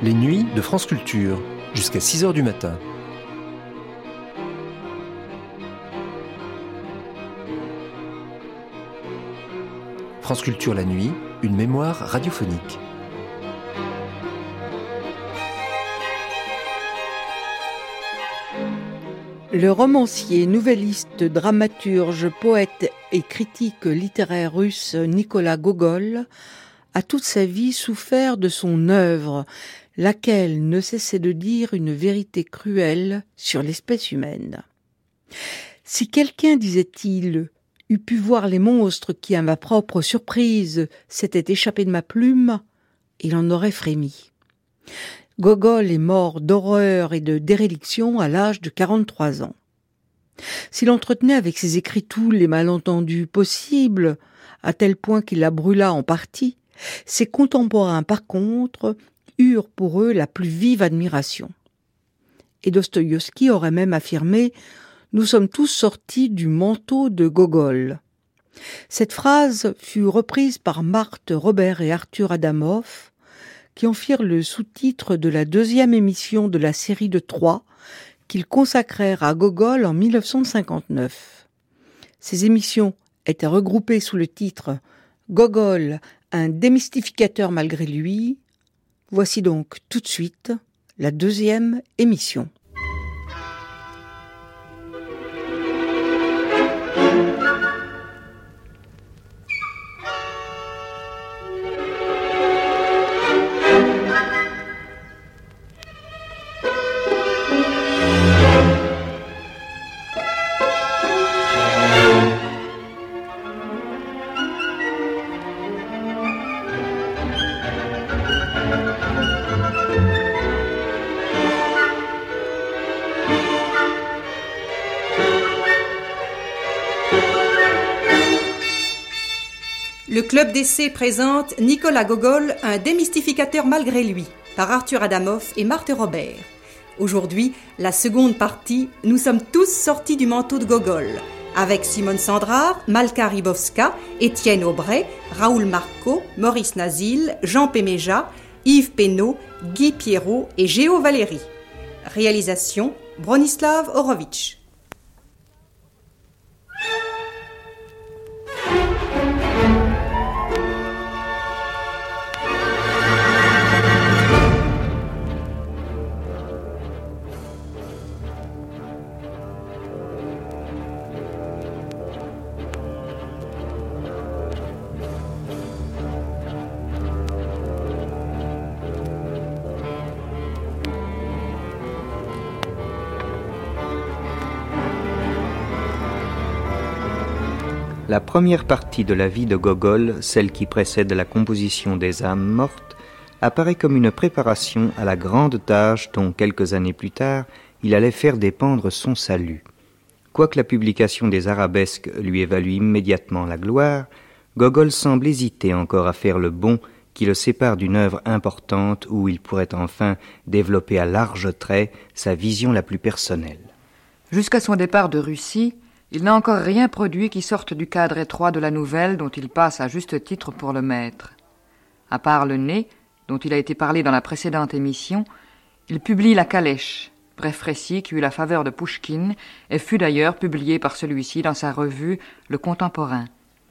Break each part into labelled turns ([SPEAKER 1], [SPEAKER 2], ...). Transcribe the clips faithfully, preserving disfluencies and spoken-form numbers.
[SPEAKER 1] Les nuits de France Culture, jusqu'à six heures du matin. France Culture la nuit, une mémoire radiophonique.
[SPEAKER 2] Le romancier, nouvelliste, dramaturge, poète et critique littéraire russe Nicolas Gogol a toute sa vie souffert de son œuvre, laquelle ne cessait de dire une vérité cruelle sur l'espèce humaine. Si quelqu'un, disait-il, eût pu voir les monstres qui, à ma propre surprise, s'étaient échappés de ma plume, il en aurait frémi. Gogol est mort d'horreur et de déréliction à l'âge de quarante-trois ans. S'il entretenait avec ses écrits tous les malentendus possibles, à tel point qu'il la brûla en partie, ses contemporains, par contre, eurent pour eux la plus vive admiration. Et Dostoïevski aurait même affirmé « Nous sommes tous sortis du manteau de Gogol ». Cette phrase fut reprise par Marthe Robert et Arthur Adamov, qui en firent le sous-titre de la deuxième émission de la série de trois qu'ils consacrèrent à Gogol en mille neuf cent cinquante-neuf. Ces émissions étaient regroupées sous le titre « Gogol, un démystificateur malgré lui ». Voici donc tout de suite la deuxième émission.
[SPEAKER 3] Le Club d'essai présente Nicolas Gogol, un démystificateur malgré lui, par Arthur Adamov et Marthe Robert. Aujourd'hui, la seconde partie, nous sommes tous sortis du manteau de Gogol, avec Simone Sandrard, Malka Rybowska, Étienne Aubray, Raoul Marco, Maurice Nazil, Jean Péméja, Yves Pénaud, Guy Pierrot et Géo Valéry. Réalisation, Bronislav Horowitz.
[SPEAKER 4] La première partie de la vie de Gogol, celle qui précède la composition des âmes mortes, apparaît comme une préparation à la grande tâche dont, quelques années plus tard, il allait faire dépendre son salut. Quoique la publication des arabesques lui ait valu immédiatement la gloire, Gogol semble hésiter encore à faire le bond qui le sépare d'une œuvre importante où il pourrait enfin développer à larges traits sa vision la plus personnelle.
[SPEAKER 5] Jusqu'à son départ de Russie, il n'a encore rien produit qui sorte du cadre étroit de la nouvelle dont il passe à juste titre pour le maître. À part Le Nez, dont il a été parlé dans la précédente émission, il publie La Calèche, bref récit qui eut la faveur de Pouchkine et fut d'ailleurs publié par celui-ci dans sa revue Le Contemporain.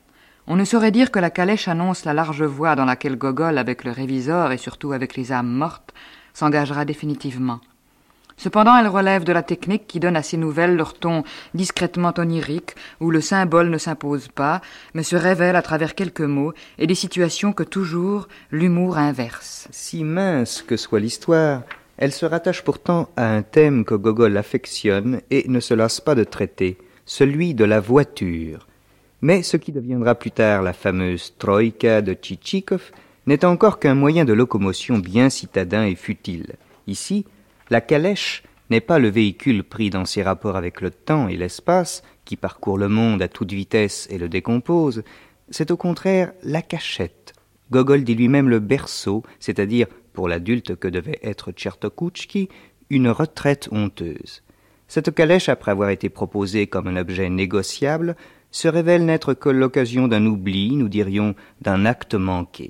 [SPEAKER 5] On ne saurait dire que La Calèche annonce la large voie dans laquelle Gogol, avec le Révisor et surtout avec les âmes mortes, s'engagera définitivement. Cependant, elle relève de la technique qui donne à ces nouvelles leur ton discrètement onirique, où le symbole ne s'impose pas, mais se révèle à travers quelques mots et des situations que toujours l'humour inverse.
[SPEAKER 4] Si mince que soit l'histoire, elle se rattache pourtant à un thème que Gogol affectionne et ne se lasse pas de traiter, celui de la voiture. Mais ce qui deviendra plus tard la fameuse troïka de Tchitchikov n'est encore qu'un moyen de locomotion bien citadin et futile. Ici, la calèche n'est pas le véhicule pris dans ses rapports avec le temps et l'espace, qui parcourt le monde à toute vitesse et le décompose, c'est au contraire la cachette. Gogol dit lui-même le berceau, c'est-à-dire, pour l'adulte que devait être Tchertokouchki, une retraite honteuse. Cette calèche, après avoir été proposée comme un objet négociable, se révèle n'être que l'occasion d'un oubli, nous dirions d'un acte manqué.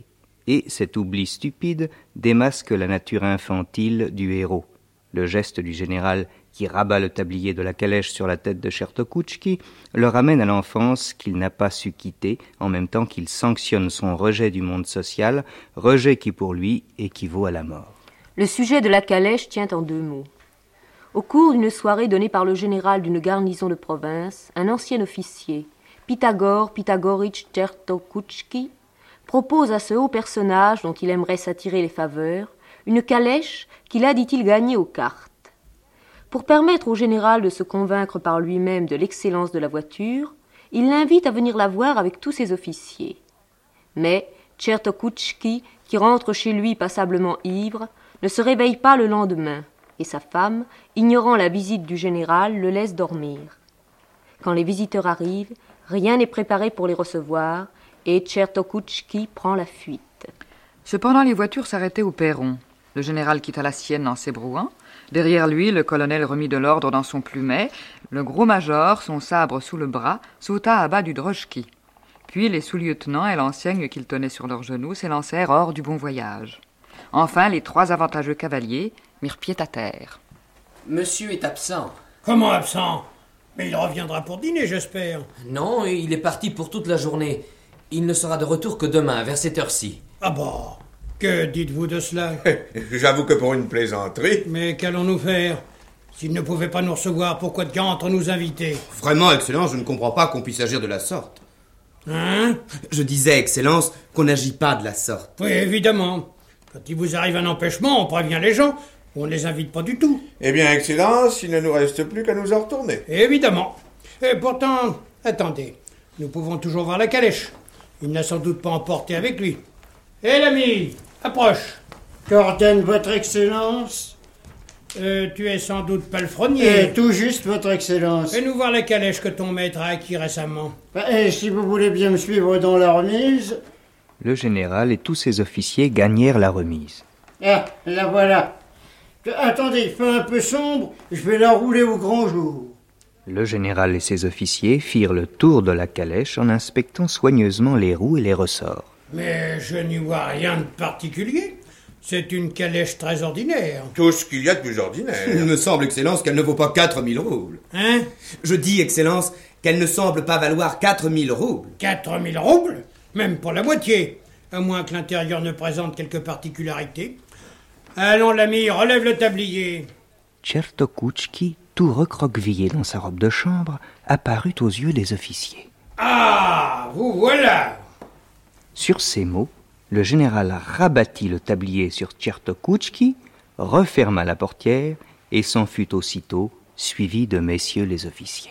[SPEAKER 4] et cet oubli stupide démasque la nature infantile du héros. Le geste du général qui rabat le tablier de la calèche sur la tête de Chertokouchki le ramène à l'enfance qu'il n'a pas su quitter, en même temps qu'il sanctionne son rejet du monde social, rejet qui pour lui équivaut à la mort.
[SPEAKER 6] Le sujet de la calèche tient en deux mots. Au cours d'une soirée donnée par le général d'une garnison de province, un ancien officier, Pythagore Pythagoritch Chertokouchki, propose à ce haut personnage dont il aimerait s'attirer les faveurs une calèche qu'il a, dit-il, gagnée aux cartes. Pour permettre au général de se convaincre par lui-même de l'excellence de la voiture, il l'invite à venir la voir avec tous ses officiers. Mais Chertokouchki, qui rentre chez lui passablement ivre, ne se réveille pas le lendemain, et sa femme, ignorant la visite du général, le laisse dormir. Quand les visiteurs arrivent, rien n'est préparé pour les recevoir, et Chertokouchki prend la fuite.
[SPEAKER 5] Cependant, les voitures s'arrêtaient au perron. Le général quitta la sienne en s'ébrouant. Derrière lui, le colonel remit de l'ordre dans son plumet. Le gros major, son sabre sous le bras, sauta à bas du drojki. Puis les sous-lieutenants et l'enseigne qu'ils tenaient sur leurs genoux s'élancèrent hors du bon voyage. Enfin, les trois avantageux cavaliers mirent pied à terre.
[SPEAKER 7] Monsieur est absent.
[SPEAKER 8] Comment absent? Mais il reviendra pour dîner, j'espère.
[SPEAKER 7] Non, il est parti pour toute la journée. Il ne sera de retour que demain, vers cette heure-ci.
[SPEAKER 8] Ah bon? Que dites-vous de cela?
[SPEAKER 9] J'avoue que pour une plaisanterie...
[SPEAKER 8] Mais qu'allons-nous faire? S'il ne pouvait pas nous recevoir, pourquoi de entre nous inviter?
[SPEAKER 10] Vraiment, Excellence, je ne comprends pas qu'on puisse agir de la sorte.
[SPEAKER 8] Hein?
[SPEAKER 10] Je disais, Excellence, qu'on n'agit pas de la sorte.
[SPEAKER 8] Oui, évidemment. Quand il vous arrive un empêchement, on prévient les gens. On ne les invite pas du tout.
[SPEAKER 9] Eh bien, Excellence, il ne nous reste plus qu'à nous en retourner.
[SPEAKER 8] Évidemment. Et pourtant, attendez, nous pouvons toujours voir la calèche. Il n'a sans doute pas emporté avec lui. Hé, l'ami, approche.
[SPEAKER 11] Qu'ordonne votre Excellence?
[SPEAKER 8] Euh, tu es sans doute palefrenier.
[SPEAKER 11] Et tout juste, votre Excellence.
[SPEAKER 8] Fais-nous voir la calèche que ton maître a acquis récemment.
[SPEAKER 11] Et si vous voulez bien me suivre dans la remise...
[SPEAKER 4] Le général et tous ses officiers gagnèrent la remise.
[SPEAKER 11] Ah, la voilà. Attendez, il fait un peu sombre, je vais la rouler au grand jour.
[SPEAKER 4] Le général et ses officiers firent le tour de la calèche en inspectant soigneusement les roues et les ressorts.
[SPEAKER 8] Mais je n'y vois rien de particulier. C'est une calèche très ordinaire.
[SPEAKER 9] Tout ce qu'il y a de plus ordinaire.
[SPEAKER 10] Il me semble, Excellence, qu'elle ne vaut pas quatre mille roubles.
[SPEAKER 8] Hein?
[SPEAKER 10] Je dis, Excellence, qu'elle ne semble pas valoir quatre mille roubles.
[SPEAKER 8] Quatre mille roubles? Même pour la moitié. À moins que l'intérieur ne présente quelques particularités. Allons, l'ami, relève le tablier.
[SPEAKER 4] Chertokouchki, tout recroquevillé dans sa robe de chambre, apparut aux yeux des officiers.
[SPEAKER 8] Ah, vous voilà!
[SPEAKER 4] Sur ces mots, le général rabattit le tablier sur Chertokouchki, referma la portière et s'en fut aussitôt, suivi de messieurs les officiers.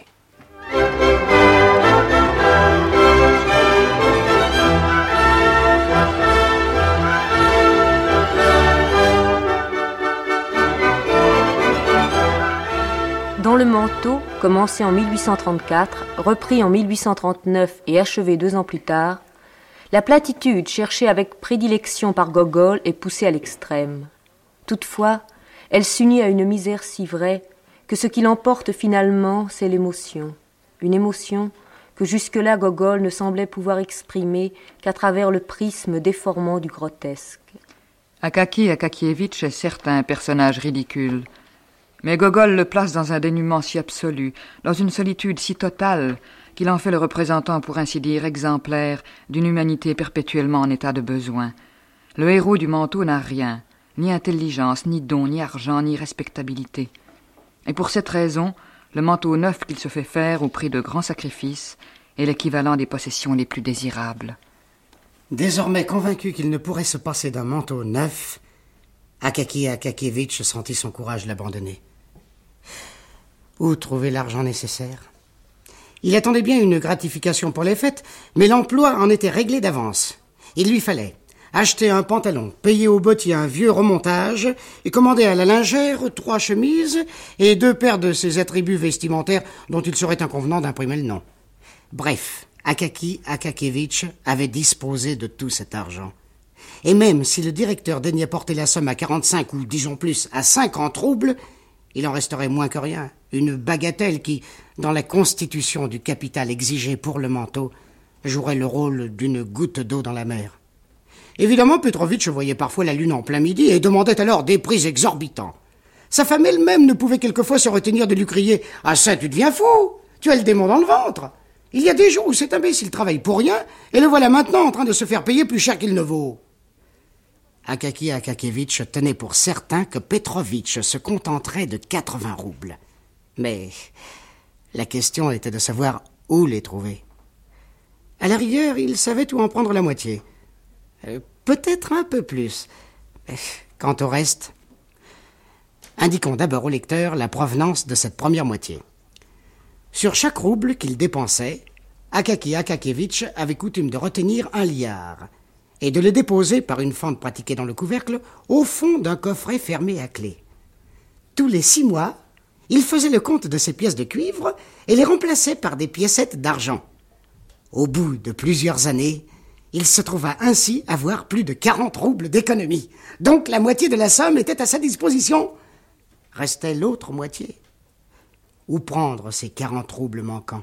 [SPEAKER 6] Dans le manteau, commencé en mille huit cent trente-quatre, repris en mille huit cent trente-neuf et achevé deux ans plus tard, la platitude cherchée avec prédilection par Gogol est poussée à l'extrême. Toutefois, elle s'unit à une misère si vraie que ce qui l'emporte finalement, c'est l'émotion. Une émotion que jusque-là Gogol ne semblait pouvoir exprimer qu'à travers le prisme déformant du grotesque.
[SPEAKER 5] Akaki Akakievitch est certes un personnage ridicule, mais Gogol le place dans un dénuement si absolu, dans une solitude si totale, qu'il en fait le représentant, pour ainsi dire, exemplaire d'une humanité perpétuellement en état de besoin. Le héros du manteau n'a rien, ni intelligence, ni don, ni argent, ni respectabilité. Et pour cette raison, le manteau neuf qu'il se fait faire au prix de grands sacrifices est l'équivalent des possessions les plus désirables.
[SPEAKER 11] Désormais convaincu qu'il ne pourrait se passer d'un manteau neuf, Akaki Akakievitch sentit son courage l'abandonner. Où trouver l'argent nécessaire? Il attendait bien une gratification pour les fêtes, mais l'emploi en était réglé d'avance. Il lui fallait acheter un pantalon, payer au bottier un vieux remontage et commander à la lingère trois chemises et deux paires de ces attributs vestimentaires dont il serait inconvenant d'imprimer le nom. Bref, Akaki Akakievitch avait disposé de tout cet argent. Et même si le directeur daignait porter la somme à quarante-cinq ou, disons plus, à cinquante roubles, il en resterait moins que rien. Une bagatelle qui, dans la constitution du capital exigé pour le manteau, jouerait le rôle d'une goutte d'eau dans la mer. Évidemment, Petrovitch voyait parfois la lune en plein midi et demandait alors des prix exorbitants. Sa femme elle-même ne pouvait quelquefois se retenir de lui crier « Ah ça, tu deviens fou! Tu as le démon dans le ventre ! Il y a des jours où cet imbécile travaille pour rien et le voilà maintenant en train de se faire payer plus cher qu'il ne vaut. » Akaki Akakevitch tenait pour certain que Petrovitch se contenterait de quatre-vingts roubles. Mais la question était de savoir où les trouver. À la rigueur, il savait où en prendre la moitié. Euh, peut-être un peu plus. Quant au reste, indiquons d'abord au lecteur la provenance de cette première moitié. Sur chaque rouble qu'il dépensait, Akaki Akakevitch avait coutume de retenir un liard et de le déposer par une fente pratiquée dans le couvercle au fond d'un coffret fermé à clé. Tous les six mois, il faisait le compte de ces pièces de cuivre et les remplaçait par des piécettes d'argent. Au bout de plusieurs années, il se trouva ainsi avoir plus de quarante roubles d'économie. Donc la moitié de la somme était à sa disposition. Restait l'autre moitié. Où prendre ces quarante roubles manquants?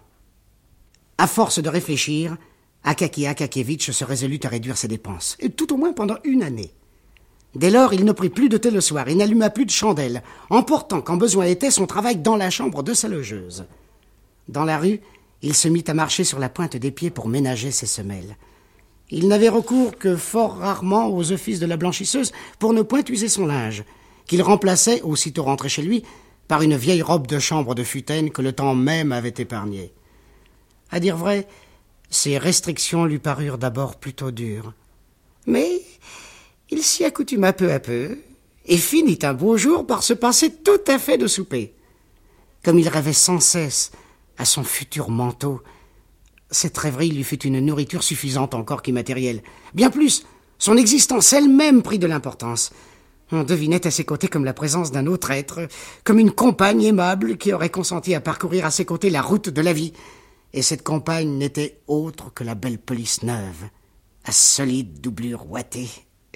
[SPEAKER 11] À force de réfléchir, Akaki Akakevitch se résolut à réduire ses dépenses, et tout au moins pendant une année. Dès lors, il ne prit plus de thé le soir et n'alluma plus de chandelle, emportant quand besoin était son travail dans la chambre de sa logeuse. Dans la rue, il se mit à marcher sur la pointe des pieds pour ménager ses semelles. Il n'avait recours que fort rarement aux offices de la blanchisseuse pour ne point user son linge, qu'il remplaçait, aussitôt rentré chez lui, par une vieille robe de chambre de futaine que le temps même avait épargnée. À dire vrai, ces restrictions lui parurent d'abord plutôt dures. Mais il s'y accoutuma peu à peu et finit un beau jour par se passer tout à fait de souper. Comme il rêvait sans cesse à son futur manteau, cette rêverie lui fut une nourriture suffisante encore qu'immatérielle. Bien plus, son existence elle-même prit de l'importance. On devinait à ses côtés comme la présence d'un autre être, comme une compagne aimable qui aurait consenti à parcourir à ses côtés la route de la vie. Et cette compagne n'était autre que la belle police neuve, à solide doublure ouatée.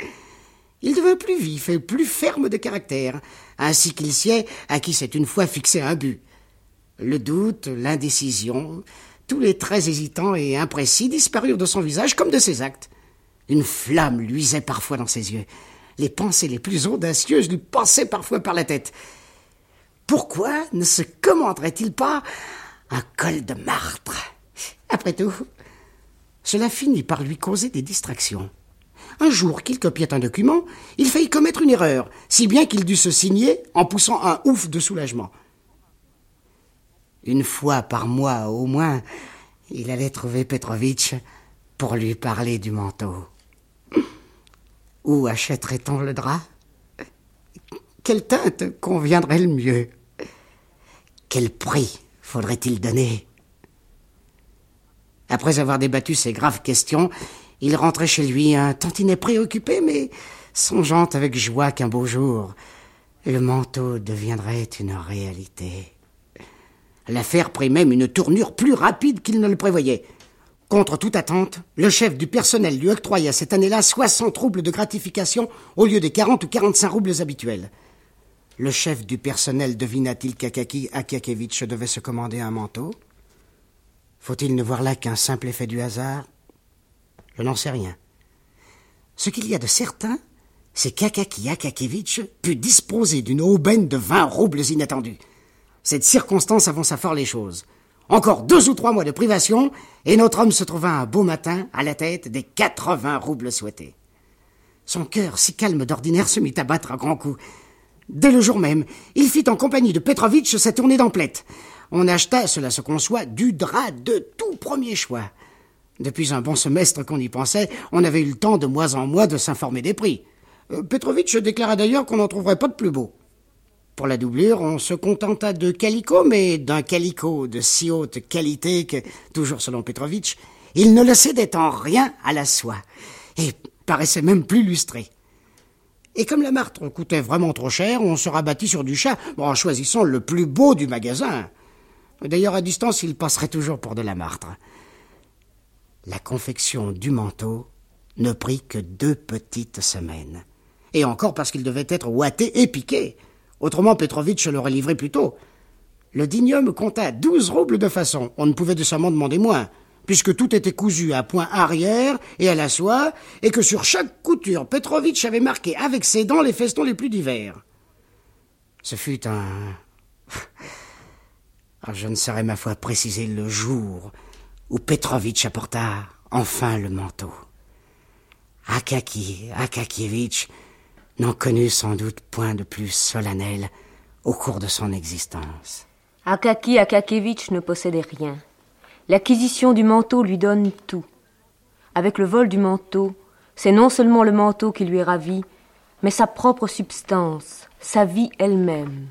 [SPEAKER 11] Il devint plus vif et plus ferme de caractère, ainsi qu'il sied à qui s'est une fois fixé un but. Le doute, l'indécision, tous les traits hésitants et imprécis disparurent de son visage comme de ses actes. Une flamme luisait parfois dans ses yeux. Les pensées les plus audacieuses lui passaient parfois par la tête. Pourquoi ne se commanderait-il pas un col de martre? Après tout, cela finit par lui causer des distractions. Un jour qu'il copiait un document, il faillit commettre une erreur, si bien qu'il dut se signer en poussant un ouf de soulagement. Une fois par mois au moins, il allait trouver Petrovitch pour lui parler du manteau. Où achèterait-on le drap? Quelle teinte conviendrait le mieux? Quel prix faudrait-il donner? Après avoir débattu ces graves questions, il rentrait chez lui un tantinet préoccupé, mais songeant avec joie qu'un beau jour, le manteau deviendrait une réalité. L'affaire prit même une tournure plus rapide qu'il ne le prévoyait. Contre toute attente, le chef du personnel lui octroya cette année-là soixante roubles de gratification au lieu des quarante ou quarante-cinq roubles habituels. Le chef du personnel devina-t-il qu'Akaki Akakevitch devait se commander un manteau? Faut-il ne voir là qu'un simple effet du hasard? Je n'en sais rien. Ce qu'il y a de certain, c'est qu'Akaki Akakevitch put disposer d'une aubaine de vingt roubles inattendus. Cette circonstance avança fort les choses. Encore deux ou trois mois de privation, et notre homme se trouva un beau matin à la tête des quatre-vingts roubles souhaités. Son cœur, si calme d'ordinaire, se mit à battre à grands coups. Dès le jour même, il fit en compagnie de Petrovitch sa tournée d'emplettes. On acheta, cela se conçoit, du drap de tout premier choix. Depuis un bon semestre qu'on y pensait, on avait eu le temps de mois en mois de s'informer des prix. Euh, Petrovitch déclara d'ailleurs qu'on n'en trouverait pas de plus beau. Pour la doublure, on se contenta de calicot, mais d'un calicot de si haute qualité que, toujours selon Petrovitch, il ne le cédait en rien à la soie, et paraissait même plus lustré. Et comme la martre coûtait vraiment trop cher, on se rabattit sur du chat, en choisissant le plus beau du magasin. D'ailleurs, à distance, il passerait toujours pour de la martre. La confection du manteau ne prit que deux petites semaines. Et encore parce qu'il devait être ouaté et piqué. Autrement, Petrovitch l'aurait livré plus tôt. Le digne homme compta douze roubles de façon. On ne pouvait décemment demander moins. puisque tout était cousu à point arrière et à la soie, et que sur chaque couture, Petrovitch avait marqué avec ses dents les festons les plus divers. Ce fut un... Je ne saurais ma foi préciser le jour où Petrovitch apporta enfin le manteau. Akaki Akakievitch n'en connut sans doute point de plus solennel au cours de son existence.
[SPEAKER 6] Akaki Akakievitch ne possédait rien. L'acquisition du manteau lui donne tout. Avec le vol du manteau, c'est non seulement le manteau qui lui est ravi, mais sa propre substance, sa vie elle-même.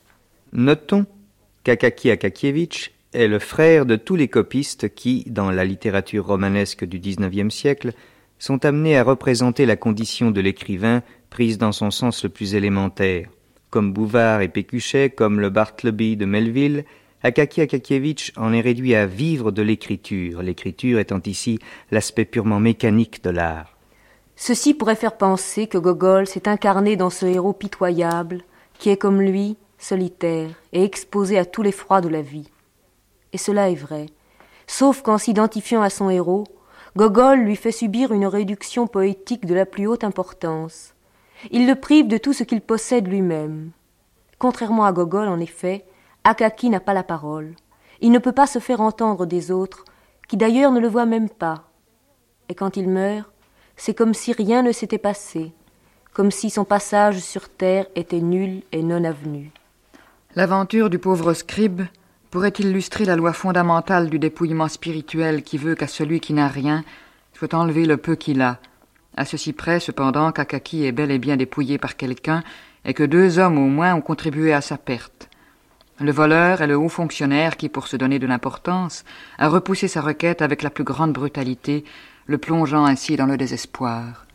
[SPEAKER 4] Notons qu'Akaki Akakievitch est le frère de tous les copistes qui, dans la littérature romanesque du dix-neuvième siècle, sont amenés à représenter la condition de l'écrivain prise dans son sens le plus élémentaire. Comme Bouvard et Pécuchet, comme le Bartleby de Melville, Akaki Akakievitch en est réduit à vivre de l'écriture, l'écriture étant ici l'aspect purement mécanique de l'art.
[SPEAKER 6] Ceci pourrait faire penser que Gogol s'est incarné dans ce héros pitoyable, qui est comme lui, solitaire, et exposé à tous les froids de la vie. Et cela est vrai, sauf qu'en s'identifiant à son héros, Gogol lui fait subir une réduction poétique de la plus haute importance. Il le prive de tout ce qu'il possède lui-même. Contrairement à Gogol, en effet, Akaki n'a pas la parole. Il ne peut pas se faire entendre des autres, qui d'ailleurs ne le voient même pas. Et quand il meurt, c'est comme si rien ne s'était passé, comme si son passage sur terre était nul et non avenu.
[SPEAKER 5] L'aventure du pauvre scribe pourrait illustrer la loi fondamentale du dépouillement spirituel qui veut qu'à celui qui n'a rien soit enlevé le peu qu'il a. À ceci près, cependant, qu'Akaki est bel et bien dépouillé par quelqu'un et que deux hommes au moins ont contribué à sa perte. Le voleur et le haut fonctionnaire qui, pour se donner de l'importance, a repoussé sa requête avec la plus grande brutalité, le plongeant ainsi dans le désespoir.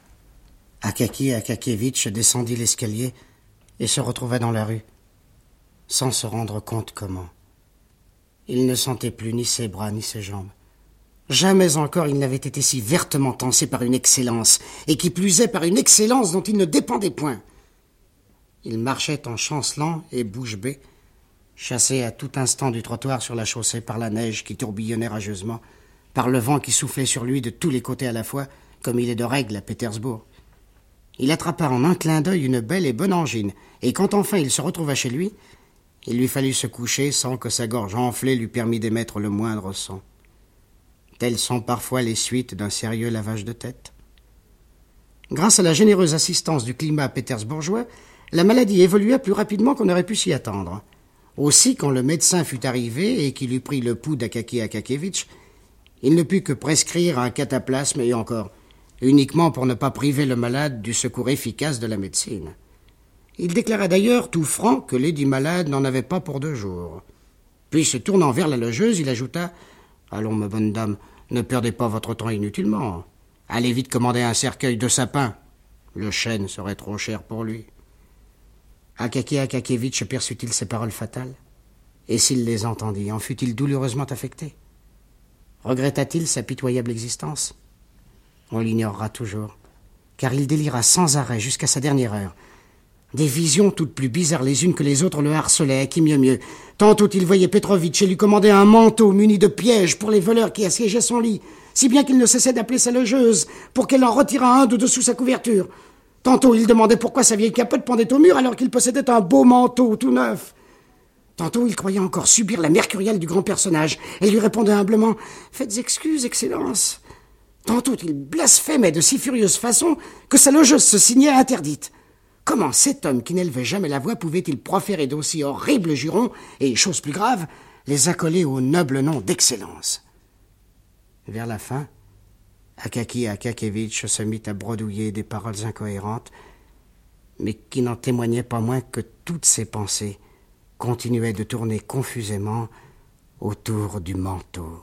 [SPEAKER 11] Akaki Akakievitch descendit l'escalier et se retrouva dans la rue, sans se rendre compte comment. Il ne sentait plus ni ses bras ni ses jambes. Jamais encore il n'avait été si vertement tensé par une excellence, et qui plus est par une excellence dont il ne dépendait point. Il marchait en chancelant et bouche bée, chassé à tout instant du trottoir sur la chaussée par la neige qui tourbillonnait rageusement, par le vent qui soufflait sur lui de tous les côtés à la fois, comme il est de règle à Pétersbourg. Il attrapa en un clin d'œil une belle et bonne angine, et quand enfin il se retrouva chez lui, il lui fallut se coucher sans que sa gorge enflée lui permît d'émettre le moindre son. Telles sont parfois les suites d'un sérieux lavage de tête. Grâce à la généreuse assistance du climat pétersbourgeois, la maladie évolua plus rapidement qu'on aurait pu s'y attendre. Aussi, quand le médecin fut arrivé et qu'il eut pris le pouls d'Akaki Akakievitch, il ne put que prescrire un cataplasme, et encore, uniquement pour ne pas priver le malade du secours efficace de la médecine. Il déclara d'ailleurs tout franc que l'édit malade n'en avait pas pour deux jours. Puis, se tournant vers la logeuse, il ajouta « Allons, ma bonne dame, ne perdez pas votre temps inutilement. Allez vite commander un cercueil de sapin. Le chêne serait trop cher pour lui. » Akaki Akakievitch perçut-il ces paroles fatales? Et s'il les entendit, en fut-il douloureusement affecté? Regretta-t-il sa pitoyable existence? On l'ignorera toujours, car il délira sans arrêt jusqu'à sa dernière heure. Des visions toutes plus bizarres les unes que les autres le harcelaient, qui mieux mieux. Tantôt il voyait Petrovitch et lui commandait un manteau muni de pièges pour les voleurs qui assiégeaient son lit, si bien qu'il ne cessait d'appeler sa logeuse pour qu'elle en retirât un de dessous sa couverture. Tantôt il demandait pourquoi sa vieille capote pendait au mur alors qu'il possédait un beau manteau tout neuf. Tantôt il croyait encore subir la mercuriale du grand personnage et lui répondait humblement « Faites excuse, Excellence ». Tantôt il blasphémait de si furieuse façon que sa logeuse se signait interdite. Comment cet homme qui n'élevait jamais la voix pouvait-il proférer d'aussi horribles jurons et, chose plus grave, les accoler au noble nom d'Excellence? Vers la fin, Akaki Akakievitch se mit à bredouiller des paroles incohérentes, mais qui n'en témoignaient pas moins que toutes ses pensées continuaient de tourner confusément autour du manteau.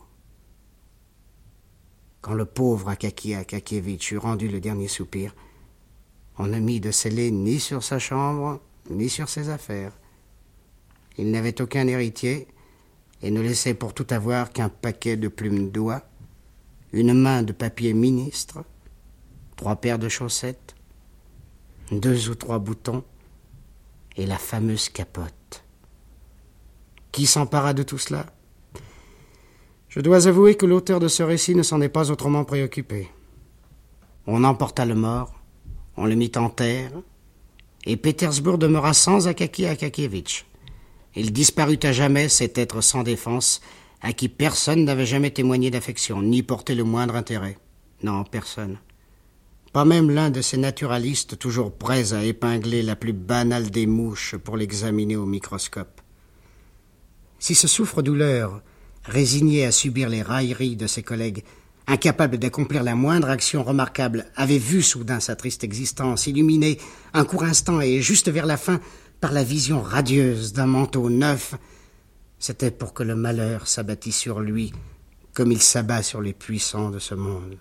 [SPEAKER 11] Quand le pauvre Akaki Akakievitch eut rendu le dernier soupir, on ne mit de scellé ni sur sa chambre, ni sur ses affaires. Il n'avait aucun héritier et ne laissait pour tout avoir qu'un paquet de plumes d'oie, une main de papier ministre, trois paires de chaussettes, deux ou trois boutons et la fameuse capote. Qui s'empara de tout cela? Je dois avouer que l'auteur de ce récit ne s'en est pas autrement préoccupé. On emporta le mort, on le mit en terre, et Pétersbourg demeura sans Akaki Akakievitch. Il disparut à jamais, cet être sans défense, à qui personne n'avait jamais témoigné d'affection, ni porté le moindre intérêt. Non, personne. Pas même l'un de ces naturalistes toujours prêts à épingler la plus banale des mouches pour l'examiner au microscope. Si ce souffre-douleur, résigné à subir les railleries de ses collègues, incapable d'accomplir la moindre action remarquable, avait vu soudain sa triste existence illuminée un court instant et juste vers la fin par la vision radieuse d'un manteau neuf, c'était pour que le malheur s'abattît sur lui comme il s'abat sur les puissants de ce monde.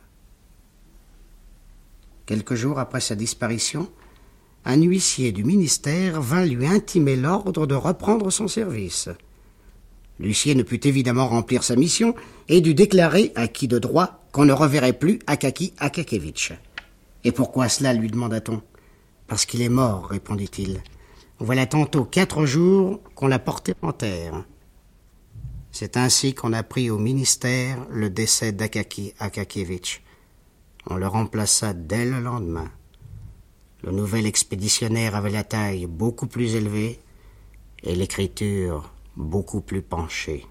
[SPEAKER 11] Quelques jours après sa disparition, un huissier du ministère vint lui intimer l'ordre de reprendre son service. L'huissier ne put évidemment remplir sa mission et dut déclarer, à qui de droit, qu'on ne reverrait plus Akaki Akakievitch. « Et pourquoi cela ?» lui demanda-t-on. « Parce qu'il est mort, répondit-il. Voilà tantôt quatre jours qu'on l'a porté en terre. » C'est ainsi qu'on apprit au ministère le décès d'Akaki Akakievitch. On le remplaça dès le lendemain. Le nouvel expéditionnaire avait la taille beaucoup plus élevée et l'écriture beaucoup plus penchée.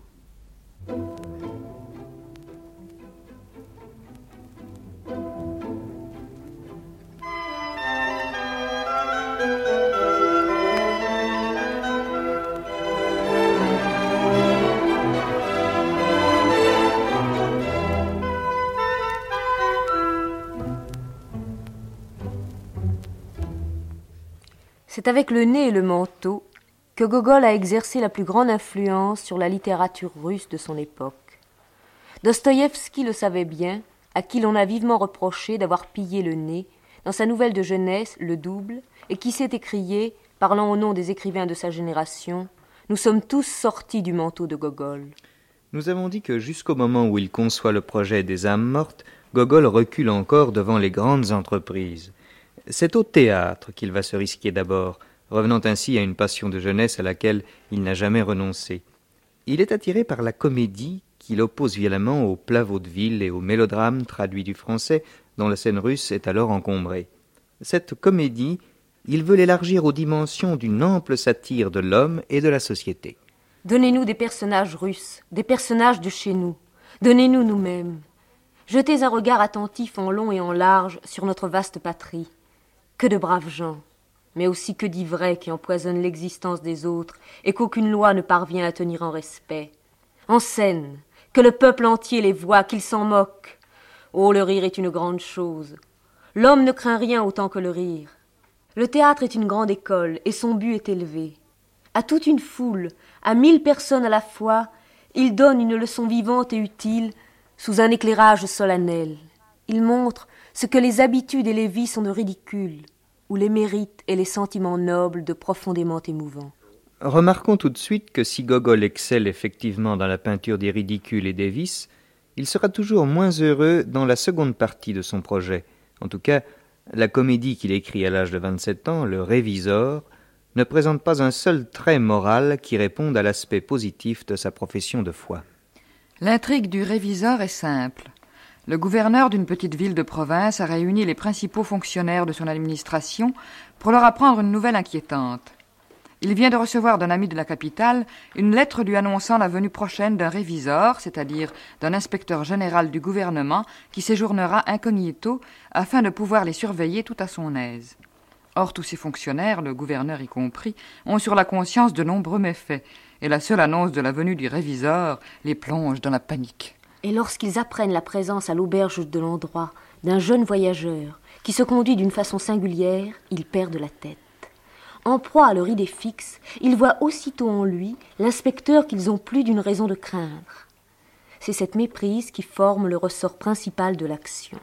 [SPEAKER 6] C'est avec le nez et le manteau que Gogol a exercé la plus grande influence sur la littérature russe de son époque. Dostoïevski le savait bien, à qui l'on a vivement reproché d'avoir pillé le nez, dans sa nouvelle de jeunesse, Le Double, et qui s'est écrié, parlant au nom des écrivains de sa génération, « Nous sommes tous sortis du manteau de Gogol ».
[SPEAKER 4] Nous avons dit que jusqu'au moment où il conçoit le projet des âmes mortes, Gogol recule encore devant les grandes entreprises. C'est au théâtre qu'il va se risquer d'abord, revenant ainsi à une passion de jeunesse à laquelle il n'a jamais renoncé. Il est attiré par la comédie qu'il oppose violemment au plat vaudeville et au mélodrame traduit du français dont la scène russe est alors encombrée. Cette comédie, il veut l'élargir aux dimensions d'une ample satire de l'homme et de la société.
[SPEAKER 6] Donnez-nous des personnages russes, des personnages de chez nous. Donnez-nous nous-mêmes. Jetez un regard attentif en long et en large sur notre vaste patrie. Que de braves gens, mais aussi que d'ivraies qui empoisonnent l'existence des autres et qu'aucune loi ne parvient à tenir en respect. En scène, que le peuple entier les voit, qu'il s'en moque. Oh, le rire est une grande chose. L'homme ne craint rien autant que le rire. Le théâtre est une grande école et son but est élevé. À toute une foule, à mille personnes à la fois, il donne une leçon vivante et utile sous un éclairage solennel. Il montre ce que les habitudes et les vies sont de ridicule, ou les mérites et les sentiments nobles de profondément émouvants.
[SPEAKER 4] Remarquons tout de suite que si Gogol excelle effectivement dans la peinture des ridicules et des vices, il sera toujours moins heureux dans la seconde partie de son projet. En tout cas, la comédie qu'il écrit à l'âge de vingt-sept ans, Le Révisor, ne présente pas un seul trait moral qui réponde à l'aspect positif de sa profession de foi.
[SPEAKER 5] L'intrigue du Révisor est simple. Le gouverneur d'une petite ville de province a réuni les principaux fonctionnaires de son administration pour leur apprendre une nouvelle inquiétante. Il vient de recevoir d'un ami de la capitale une lettre lui annonçant la venue prochaine d'un révisor, c'est-à-dire d'un inspecteur général du gouvernement qui séjournera incognito afin de pouvoir les surveiller tout à son aise. Or, tous ces fonctionnaires, le gouverneur y compris, ont sur la conscience de nombreux méfaits, et la seule annonce de la venue du révisor les plonge dans la panique.
[SPEAKER 6] Et lorsqu'ils apprennent la présence à l'auberge de l'endroit d'un jeune voyageur qui se conduit d'une façon singulière, ils perdent la tête. En proie à leur idée fixe, ils voient aussitôt en lui l'inspecteur qu'ils ont plus d'une raison de craindre. C'est cette méprise qui forme le ressort principal de l'action.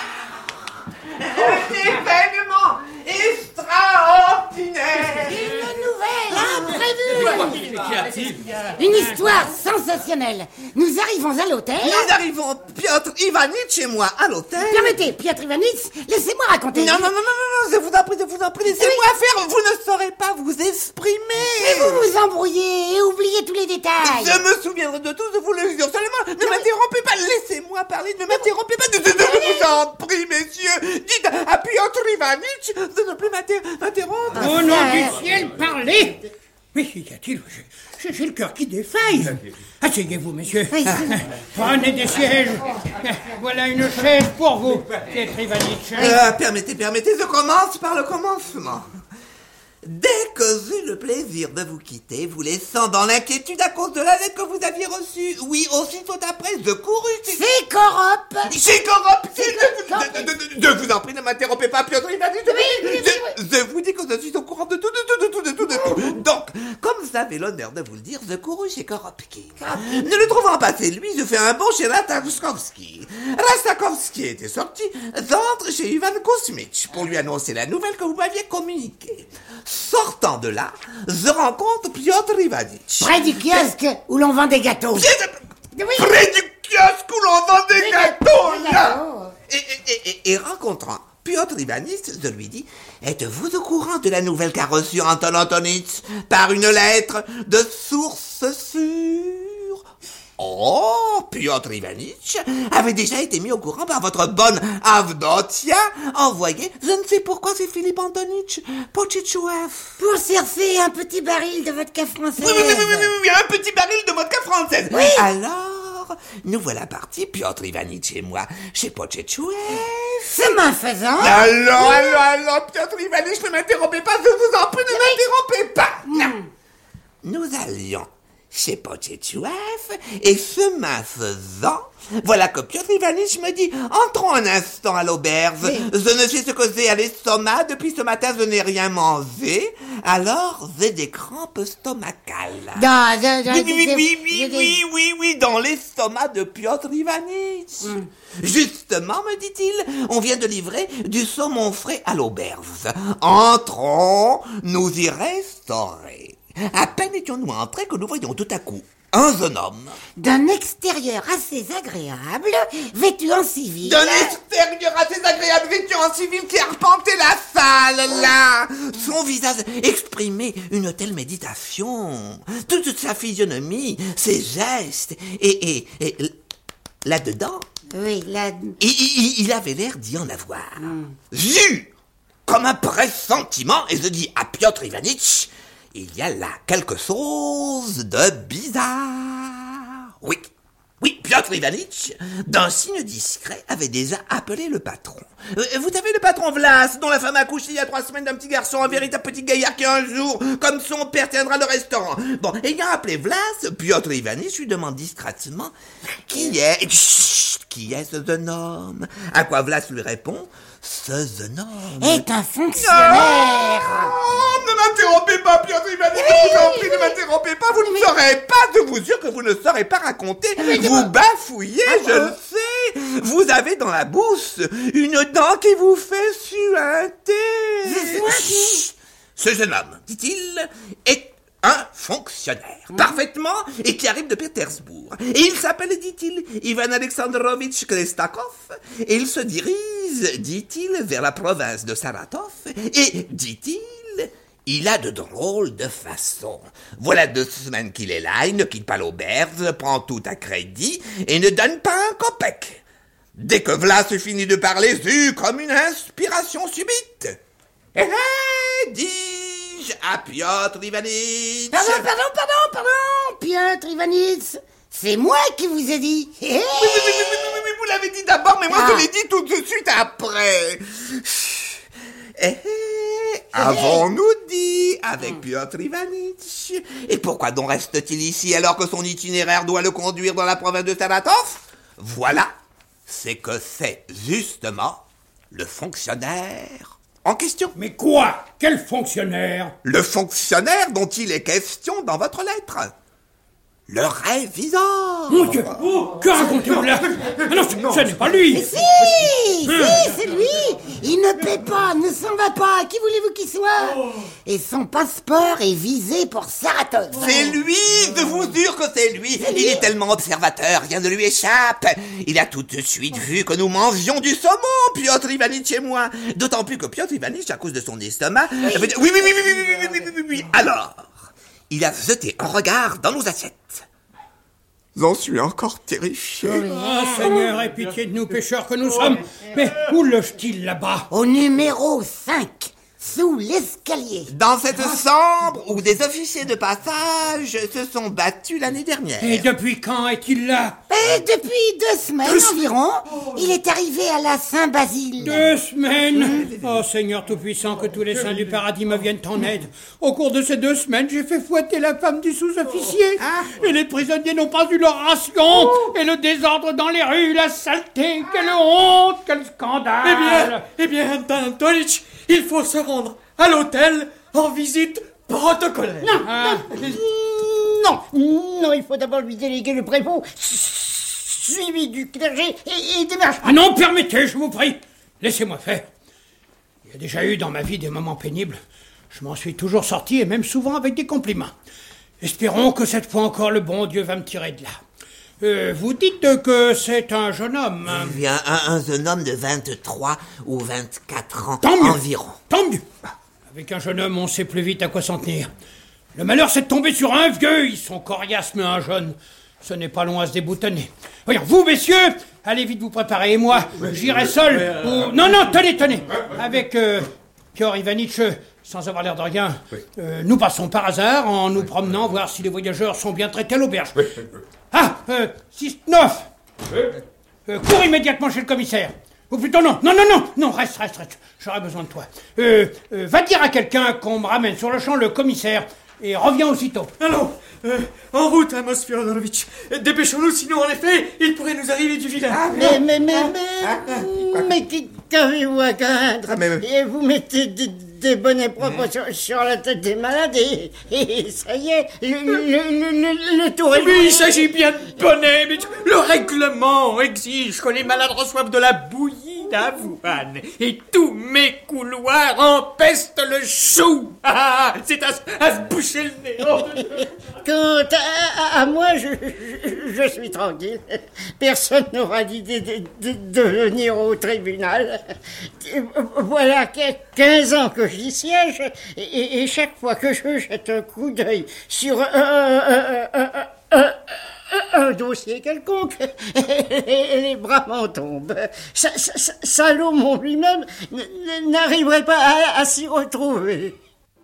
[SPEAKER 12] Un événement extraordinaire!
[SPEAKER 13] Une nouvelle imprévue!
[SPEAKER 11] Une histoire sensationnelle. Nous arrivons à l'hôtel.
[SPEAKER 12] Nous arrivons, Piotr Ivanitch et moi, à l'hôtel.
[SPEAKER 11] Permettez, Piotr Ivanitch, laissez-moi raconter.
[SPEAKER 12] Non, non, non, non, non, je vous en prie, je vous en prie, laissez-moi oui. faire. Vous ne saurez pas vous exprimer.
[SPEAKER 11] Mais vous vous embrouillez et oubliez tous les détails.
[SPEAKER 12] Je me souviendrai de tout, je vous le jure. Seulement, ne m'interrompez pas, laissez-moi parler, ne m'interrompez pas. Je, je, je vous en prie, messieurs. Dites à Piotr Ivanitch de ne plus m'interrompre.
[SPEAKER 8] Au nom du ciel, parlez. Mais qu'y a-t-il? J'ai le cœur qui défaille. Asseyez-vous, monsieur. Prenez des sièges. Voilà une chaise pour vous, Piotr Ivanitch.
[SPEAKER 12] Euh, permettez, permettez, je commence par le commencement. Dès que j'eus le plaisir de vous quitter, vous laissant dans l'inquiétude à cause de la lettre que vous aviez reçue, oui, aussitôt après, je courus...
[SPEAKER 11] C'est corrupte.
[SPEAKER 12] C'est corrupte. Je vous en prie, ne m'interrompez pas, Piotr Ivanitch. Je vous dis que je suis au courant de tout, de tout, de tout, de tout, de tout. Donc, comme vous avez l'honneur de vous le dire, je courus chez Koropki. Ne le trouvant pas chez lui, je fais un bond chez Rastakovski. Rastakovski était sorti, j'entre chez Ivan Kouzmitch pour lui annoncer la nouvelle que vous m'aviez communiquée. Sortant de là, je rencontre Piotr Ivanitch.
[SPEAKER 11] Près du kiosque où l'on vend des gâteaux.
[SPEAKER 12] Pied de... oui. Près du kiosque où l'on vend des, des gâteaux, là. Et, et, et, et rencontrant Piotr Ivanitch, je lui dis, êtes-vous au courant de la nouvelle qu'a reçue Anton Antonitch par une lettre de source sûre? Oh, Piotr Ivanitch avait déjà été mis au courant par votre bonne Avdotia, envoyée, je ne sais pourquoi, c'est Philippe Antonitch Potchitchouev.
[SPEAKER 11] Pour chercher un petit baril de vodka française.
[SPEAKER 12] Oui, oui, oui, oui, oui, oui, un petit baril de vodka française.
[SPEAKER 11] Oui.
[SPEAKER 12] Alors, nous voilà partis, Piotr Ivanitch et moi, chez Potchitchouev.
[SPEAKER 11] Chemin faisant.
[SPEAKER 12] Alors, oui. alors, alors, Piotr Ivanitch, ne m'interrompez pas, je vous en prie, ne oui. m'interrompez pas. Non. Nous allions chez Potchitchouev, et chemin faisant, voilà que Piotr Ivanitch me dit, entrons un instant à l'auberge, oui. je ne sais ce que j'ai à l'estomac, depuis ce matin je n'ai rien mangé, alors j'ai des crampes stomacales.
[SPEAKER 11] Dans, dans, dans,
[SPEAKER 12] oui, oui, oui, oui, oui, oui, oui, oui, dans l'estomac de Piotr Ivanitch. Mm. Justement, me dit-il, on vient de livrer du saumon frais à l'auberge. Entrons, nous y restaurer. À peine étions-nous entrés que nous voyons tout à coup un jeune homme.
[SPEAKER 11] D'un extérieur assez agréable, vêtu en civil.
[SPEAKER 12] D'un extérieur assez agréable, vêtu en civil, qui arpentait la salle, là. Son visage exprimait une telle méditation. Toute sa physionomie, ses gestes, et, et, et là-dedans...
[SPEAKER 11] Oui, là...
[SPEAKER 12] Il, il, il avait l'air d'y en avoir. Mm. J'eus comme un pressentiment, et je dis à Piotr Ivanitch... Il y a là quelque chose de bizarre. Oui, oui, Piotr Ivanitch, d'un signe discret, avait déjà appelé le patron. Euh, vous savez, le patron Vlas, dont la femme a accouché il y a trois semaines d'un petit garçon, un véritable petit gaillard qui un jour, comme son père, tiendra le restaurant. Bon, ayant appelé Vlas, Piotr Ivanitch lui demande discrètement qui est, chut, qui est ce jeune homme. À quoi Vlas lui répond, ce jeune homme
[SPEAKER 11] est un fonctionnaire.
[SPEAKER 12] Oh, ne m'interrompez pas, Piotr Ivanitch, je vous en prie, ne m'interrompez pas, vous ne saurez pas, je vous jure que vous ne saurez pas raconter, vous bafouillez, je le sais, vous avez dans la bouche une dent qui vous fait suinter. Chut. Ce jeune homme, dit-il, est un fonctionnaire, mmh. parfaitement, et qui arrive de Pétersbourg. Et il s'appelle, dit-il, Ivan Alexandrovitch Krestakov, et il se dirige, dit-il, vers la province de Saratov, et, dit-il, il a de drôles de façons. Voilà deux semaines qu'il est là, il ne quitte pas l'auberge, prend tout à crédit, et ne donne pas un copec. Dès que Vlas finit de parler, j'eus comme une inspiration subite. Eh, eh, dis-je à Piotr Ivanitch.
[SPEAKER 11] Pardon, pardon, pardon, pardon, Piotr Ivanitch. C'est moi qui vous ai dit.
[SPEAKER 12] Oui, oui, oui, oui, oui, oui, oui, vous l'avez dit d'abord, mais moi ah. je l'ai dit tout de suite après. Eh, eh, avons-nous dit avec Piotr Ivanitch? Et pourquoi donc reste-t-il ici alors que son itinéraire doit le conduire dans la province de Saratov? Voilà, c'est que c'est justement le fonctionnaire en question.
[SPEAKER 8] Mais quoi? Quel fonctionnaire?
[SPEAKER 12] Le fonctionnaire dont il est question dans votre lettre. Le réviseur.
[SPEAKER 8] Mon Dieu, oh, que racontez-vous là? Ah non, ce, ce n'est pas lui.
[SPEAKER 11] Mais si, si, si, c'est lui. Il ne paie pas, ne s'en va pas. Qui voulez-vous qu'il soit? Et son passeport est visé pour Saratov.
[SPEAKER 12] C'est lui, je vous jure que c'est lui. Il est tellement observateur, rien ne lui échappe. Il a tout de suite vu que nous mangions du saumon, Piotr Ivanitch et moi. D'autant plus que Piotr Ivanitch, à cause de son estomac... Oui, oui, oui, oui, oui, oui, oui, oui, oui, oui, oui. Alors, il a jeté un regard dans nos assiettes. J'en suis encore terrifié.
[SPEAKER 8] Oh, Seigneur, aie pitié de nous, pécheurs que nous sommes. Mais où loge-t-il là-bas?
[SPEAKER 11] Au numéro cinq, sous l'escalier.
[SPEAKER 12] Dans cette chambre où des officiers de passage se sont battus l'année dernière.
[SPEAKER 8] Et depuis quand est-il là?
[SPEAKER 11] Et depuis deux semaines deux environ. Il est arrivé à la Saint-Basile.
[SPEAKER 8] Deux semaines? Oh, Seigneur Tout-Puissant, que tous les saints du paradis me viennent en aide. Au cours de ces deux semaines, j'ai fait fouetter la femme du sous-officier. Et les prisonniers n'ont pas eu leur ration. Et le désordre dans les rues, la saleté, quelle honte, quel scandale.
[SPEAKER 13] Eh bien, eh bien, Antonitch, il faut se rendre à l'hôtel en visite protocolaire.
[SPEAKER 11] Non, ah. non, non, non, il faut d'abord lui déléguer le prévôt, suivi du clergé et, et des marches.
[SPEAKER 8] Ah non, permettez, je vous prie. Laissez-moi faire. Il y a déjà eu dans ma vie des moments pénibles. Je m'en suis toujours sorti, et même souvent avec des compliments. Espérons que cette fois encore le bon Dieu va me tirer de là. Euh, vous dites que c'est un jeune homme. Hein?
[SPEAKER 12] Eh bien, un, un jeune homme de vingt-trois ou vingt-quatre ans
[SPEAKER 8] Tant mieux.
[SPEAKER 12] environ.
[SPEAKER 8] Tant mieux. Avec un jeune homme, on sait plus vite à quoi s'en tenir. Le malheur, c'est de tomber sur un vieux. Ils sont coriaces, mais un jeune, ce n'est pas long à se déboutonner. Voyons, vous, messieurs, allez vite vous préparer. Et moi, j'irai seul.
[SPEAKER 13] Euh,
[SPEAKER 8] ou... Non, non, tenez, tenez. Avec euh, Piotr Ivanitch, sans avoir l'air de rien, euh, nous passons par hasard en nous promenant, voir si les voyageurs sont bien traités à l'auberge. Ah, euh, six neuf. Euh, cours immédiatement chez le commissaire. Ou plutôt non, non, non, non, non, reste, reste, reste. J'aurai besoin de toi. Euh, euh, va dire à quelqu'un qu'on me ramène sur le champ le commissaire et reviens aussitôt.
[SPEAKER 13] Allons, euh, en route, Amos Fyodorovitch. Dépêchons-nous, sinon en effet, il pourrait nous arriver du vilain.
[SPEAKER 11] Ah, mais, mais, mais, mais, mais qu'avez-vous à craindre?
[SPEAKER 12] Ah, mais, mais...
[SPEAKER 11] Et vous mettez des, des bonnets propres sur, sur la tête des malades et, et ça y est, le, le, le, le tour est...
[SPEAKER 13] Mais il s'agit bien de bonnets, mais le règlement exige que les malades reçoivent de la bouillie d'avoine et tous mes couloirs empestent le chou. Ah, c'est à, à se boucher le nez. Oh.
[SPEAKER 11] Quant à, à moi, je, je, je suis tranquille. Personne n'aura l'idée de, de, de venir au tribunal. Voilà quinze ans que j'y siège, et, et chaque fois que je jette un coup d'œil sur un, un, un, un, un dossier quelconque, les bras m'en tombent. Sa, sa, Salomon lui-même n'arriverait pas à, à s'y retrouver.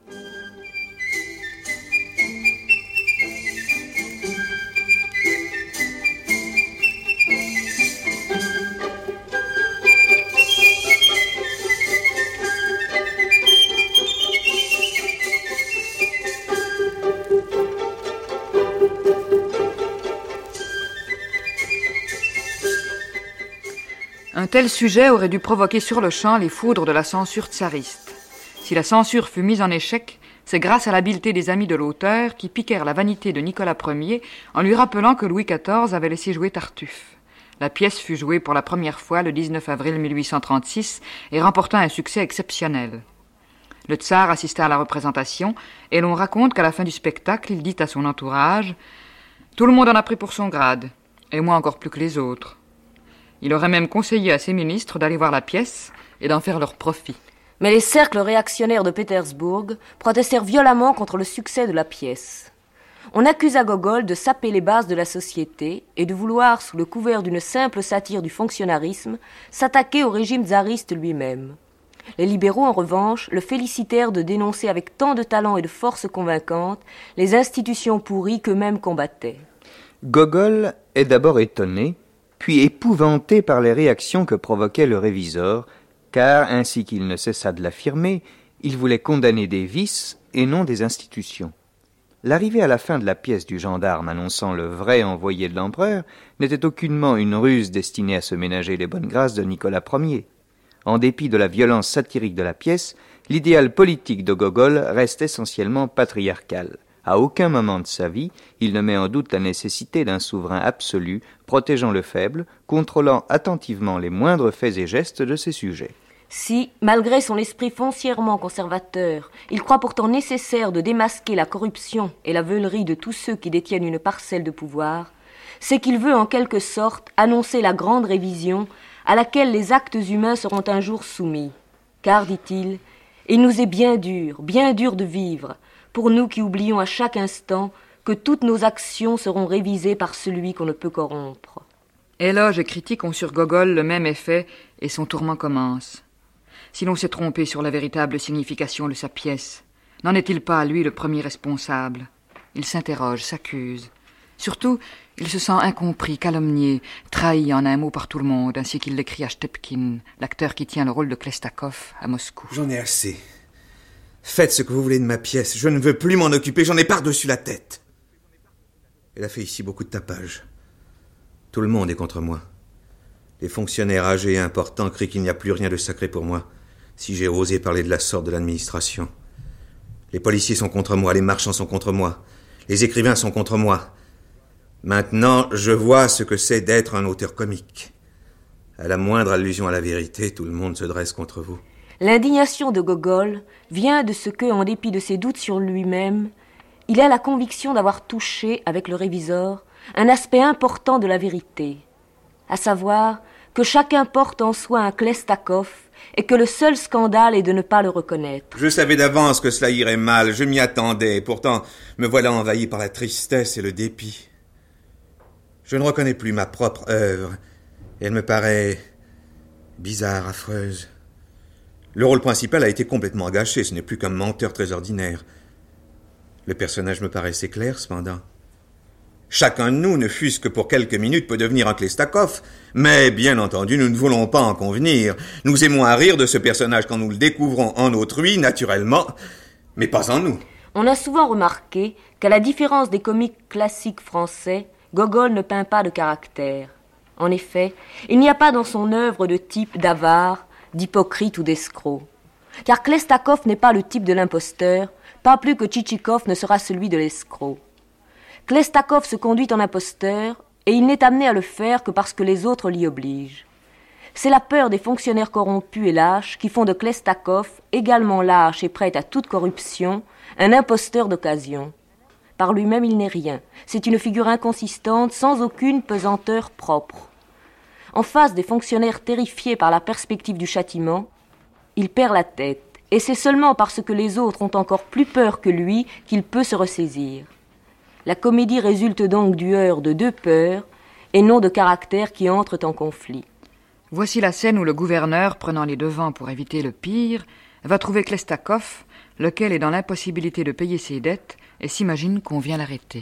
[SPEAKER 5] Un tel sujet aurait dû provoquer sur le champ les foudres de la censure tsariste. Si la censure fut mise en échec, c'est grâce à l'habileté des amis de l'auteur qui piquèrent la vanité de Nicolas Ier en lui rappelant que Louis quatorze avait laissé jouer Tartuffe. La pièce fut jouée pour la première fois le dix-neuf avril mille huit cent trente-six et remporta un succès exceptionnel. Le tsar assista à la représentation et l'on raconte qu'à la fin du spectacle, il dit à son entourage « Tout le monde en a pris pour son grade, et moi encore plus que les autres. » Il aurait même conseillé à ses ministres d'aller voir la pièce et d'en faire leur profit.
[SPEAKER 6] Mais les cercles réactionnaires de Pétersbourg protestèrent violemment contre le succès de la pièce. On accusa Gogol de saper les bases de la société et de vouloir, sous le couvert d'une simple satire du fonctionnarisme, s'attaquer au régime tsariste lui-même. Les libéraux, en revanche, le félicitèrent de dénoncer avec tant de talent et de force convaincante les institutions pourries qu'eux-mêmes combattaient.
[SPEAKER 4] Gogol est d'abord étonné, puis épouvanté par les réactions que provoquait le révisor, car, ainsi qu'il ne cessa de l'affirmer, il voulait condamner des vices et non des institutions. L'arrivée à la fin de la pièce du gendarme annonçant le vrai envoyé de l'empereur n'était aucunement une ruse destinée à se ménager les bonnes grâces de Nicolas Ier. En dépit de la violence satirique de la pièce, l'idéal politique de Gogol reste essentiellement patriarcal. À aucun moment de sa vie, il ne met en doute la nécessité d'un souverain absolu, protégeant le faible, contrôlant attentivement les moindres faits et gestes de ses sujets.
[SPEAKER 6] Si, malgré son esprit foncièrement conservateur, il croit pourtant nécessaire de démasquer la corruption et la veulerie de tous ceux qui détiennent une parcelle de pouvoir, c'est qu'il veut en quelque sorte annoncer la grande révision à laquelle les actes humains seront un jour soumis. Car, dit-il, il nous est bien dur, bien dur de vivre, pour nous qui oublions à chaque instant que toutes nos actions seront révisées par celui qu'on ne peut corrompre.
[SPEAKER 5] Éloges et critiques ont sur Gogol le même effet, et son tourment commence. Si l'on s'est trompé sur la véritable signification de sa pièce, n'en est-il pas, lui, le premier responsable? Il s'interroge, s'accuse. Surtout, il se sent incompris, calomnié, trahi en un mot par tout le monde, ainsi qu'il l'écrit à Stepkin, l'acteur qui tient le rôle de Klestakov à Moscou.
[SPEAKER 12] J'en ai assez. Faites ce que vous voulez de ma pièce. Je ne veux plus m'en occuper, j'en ai par-dessus la tête. Elle a fait ici beaucoup de tapage. Tout le monde est contre moi. Les fonctionnaires âgés et importants crient qu'il n'y a plus rien de sacré pour moi, si j'ai osé parler de la sorte de l'administration. Les policiers sont contre moi, les marchands sont contre moi, les écrivains sont contre moi. Maintenant, je vois ce que c'est d'être un auteur comique. À la moindre allusion à la vérité, tout le monde se dresse contre vous.
[SPEAKER 6] L'indignation de Gogol vient de ce que, en dépit de ses doutes sur lui-même, il a la conviction d'avoir touché, avec le réviseur, un aspect important de la vérité, à savoir que chacun porte en soi un Klestakov et que le seul scandale est de ne pas le reconnaître.
[SPEAKER 12] Je savais d'avance que cela irait mal, je m'y attendais, pourtant me voilà envahi par la tristesse et le dépit. Je ne reconnais plus ma propre œuvre, et elle me paraît bizarre, affreuse. Le rôle principal a été complètement gâché, ce n'est plus qu'un menteur très ordinaire. Le personnage me paraissait clair, cependant. Chacun de nous, ne fût-ce que pour quelques minutes, peut devenir un Klestakov, mais bien entendu, nous ne voulons pas en convenir. Nous aimons à rire de ce personnage quand nous le découvrons en autrui, naturellement, mais pas en nous.
[SPEAKER 6] On a souvent remarqué qu'à la différence des comiques classiques français, Gogol ne peint pas de caractère. En effet, il n'y a pas dans son œuvre de type d'avare, d'hypocrite ou d'escroc. Car Klestakov n'est pas le type de l'imposteur, pas plus que Tchitchikov ne sera celui de l'escroc. Klestakov se conduit en imposteur, et il n'est amené à le faire que parce que les autres l'y obligent. C'est la peur des fonctionnaires corrompus et lâches qui font de Klestakov, également lâche et prêt à toute corruption, un imposteur d'occasion. Par lui-même, il n'est rien. C'est une figure inconsistante, sans aucune pesanteur propre. En face des fonctionnaires terrifiés par la perspective du châtiment, il perd la tête, et c'est seulement parce que les autres ont encore plus peur que lui qu'il peut se ressaisir. La comédie résulte donc du heurt de deux peurs, et non de caractères qui entrent en conflit.
[SPEAKER 5] Voici la scène où le gouverneur, prenant les devants pour éviter le pire, va trouver Klestakov, lequel est dans l'impossibilité de payer ses dettes et s'imagine qu'on vient l'arrêter.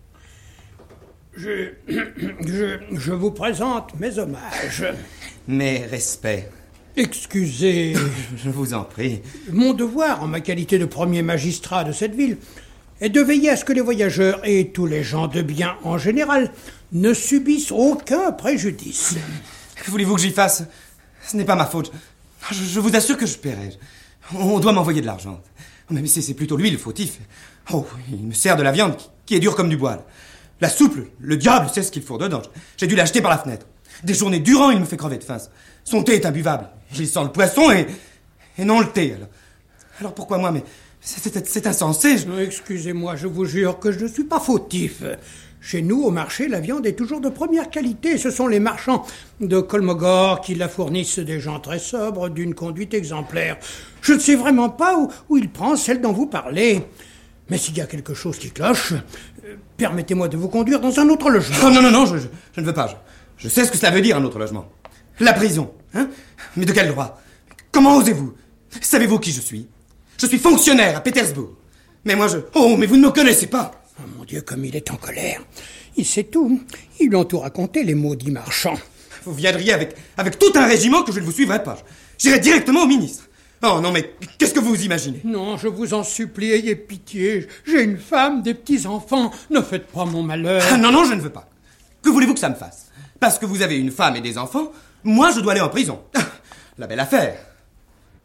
[SPEAKER 8] Je, je, je vous présente mes hommages.
[SPEAKER 10] Mes respects.
[SPEAKER 8] Excusez.
[SPEAKER 10] Je vous en prie.
[SPEAKER 8] Mon devoir, en ma qualité de premier magistrat de cette ville, est de veiller à ce que les voyageurs et tous les gens de bien en général ne subissent aucun préjudice.
[SPEAKER 10] Que voulez-vous que j'y fasse? Ce n'est pas ma faute. Je, je vous assure que je paierai. On doit m'envoyer de l'argent. Mais c'est, c'est plutôt lui le fautif. Oh, il me sert de la viande qui, qui est dure comme du bois. La soupe, le diable sait ce qu'il faut dedans. J'ai dû l'acheter par la fenêtre. Des journées durant, il me fait crever de faim. Son thé est imbuvable. Il sent le poisson et, et non le thé. Alors, alors pourquoi moi? Mais c'est, c'est, c'est insensé. Je...
[SPEAKER 8] Excusez-moi, je vous jure que je ne suis pas fautif. Chez nous, au marché, la viande est toujours de première qualité. Ce sont les marchands de Kolmogor qui la fournissent, des gens très sobres, d'une conduite exemplaire. Je ne sais vraiment pas où, où il prend celle dont vous parlez. Mais s'il y a quelque chose qui cloche, euh, permettez-moi de vous conduire dans un autre logement.
[SPEAKER 10] Oh, non, non, non, je, je, je ne veux pas. Je, je sais ce que cela veut dire, un autre logement. La prison, hein? Mais de quel droit? Comment osez-vous? Savez-vous qui je suis? Je suis fonctionnaire à Pétersbourg. Mais moi, je... Oh, mais vous ne me connaissez pas.
[SPEAKER 8] Oh mon Dieu, comme il est en colère. Il sait tout. Ils lui ont tout raconté, les maudits marchands.
[SPEAKER 10] Vous viendriez avec, avec tout un régiment que je ne vous suivrai pas. J'irai directement au ministre. Oh non, mais qu'est-ce que vous imaginez?
[SPEAKER 8] Non, je vous en supplie, ayez pitié. J'ai une femme, des petits-enfants. Ne faites pas mon malheur.
[SPEAKER 10] Ah, non, non, je ne veux pas. Que voulez-vous que ça me fasse? Parce que vous avez une femme et des enfants, moi je dois aller en prison. La belle affaire.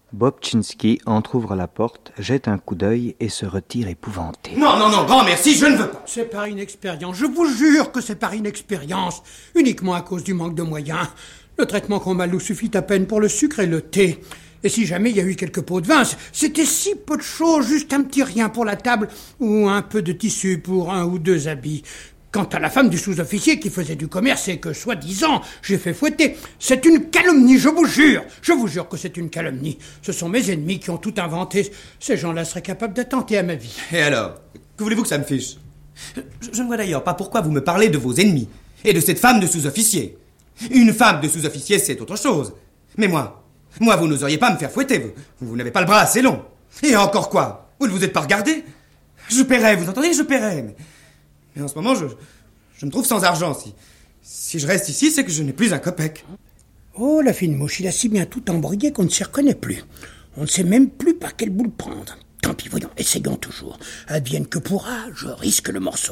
[SPEAKER 4] Bobtchinski entr'ouvre la porte, jette un coup d'œil et se retire épouvanté.
[SPEAKER 10] Non, non, non, grand merci, je ne veux pas.
[SPEAKER 8] C'est par inexpérience, je vous jure que c'est par inexpérience, uniquement à cause du manque de moyens. Le traitement qu'on m'a nous suffit à peine pour le sucre et le thé. Et si jamais il y a eu quelques pots de vin, c'était si peu de choses, juste un petit rien pour la table ou un peu de tissu pour un ou deux habits. Quant à la femme du sous-officier qui faisait du commerce et que, soi-disant, j'ai fait fouetter, c'est une calomnie, je vous jure. Je vous jure que c'est une calomnie. Ce sont mes ennemis qui ont tout inventé. Ces gens-là seraient capables d'attenter à ma vie.
[SPEAKER 10] Et alors, que voulez-vous que ça me fiche? je, je ne vois d'ailleurs pas pourquoi vous me parlez de vos ennemis et de cette femme de sous-officier. Une femme de sous-officier, c'est autre chose. Mais moi, moi, vous n'oseriez pas me faire fouetter. Vous, vous n'avez pas le bras assez long. Et encore quoi? Vous ne vous êtes pas regardé? Je paierai, vous entendez? Je paierai. Mais... Mais en ce moment, je, je me trouve sans argent. Si, si je reste ici, c'est que je n'ai plus un copec.
[SPEAKER 8] Oh, la fine mouche, il a si bien tout embrouillé qu'on ne s'y reconnaît plus. On ne sait même plus par quelle boule prendre. Tant pis, voyons, essayons toujours. Advienne que pourra, je risque le morceau.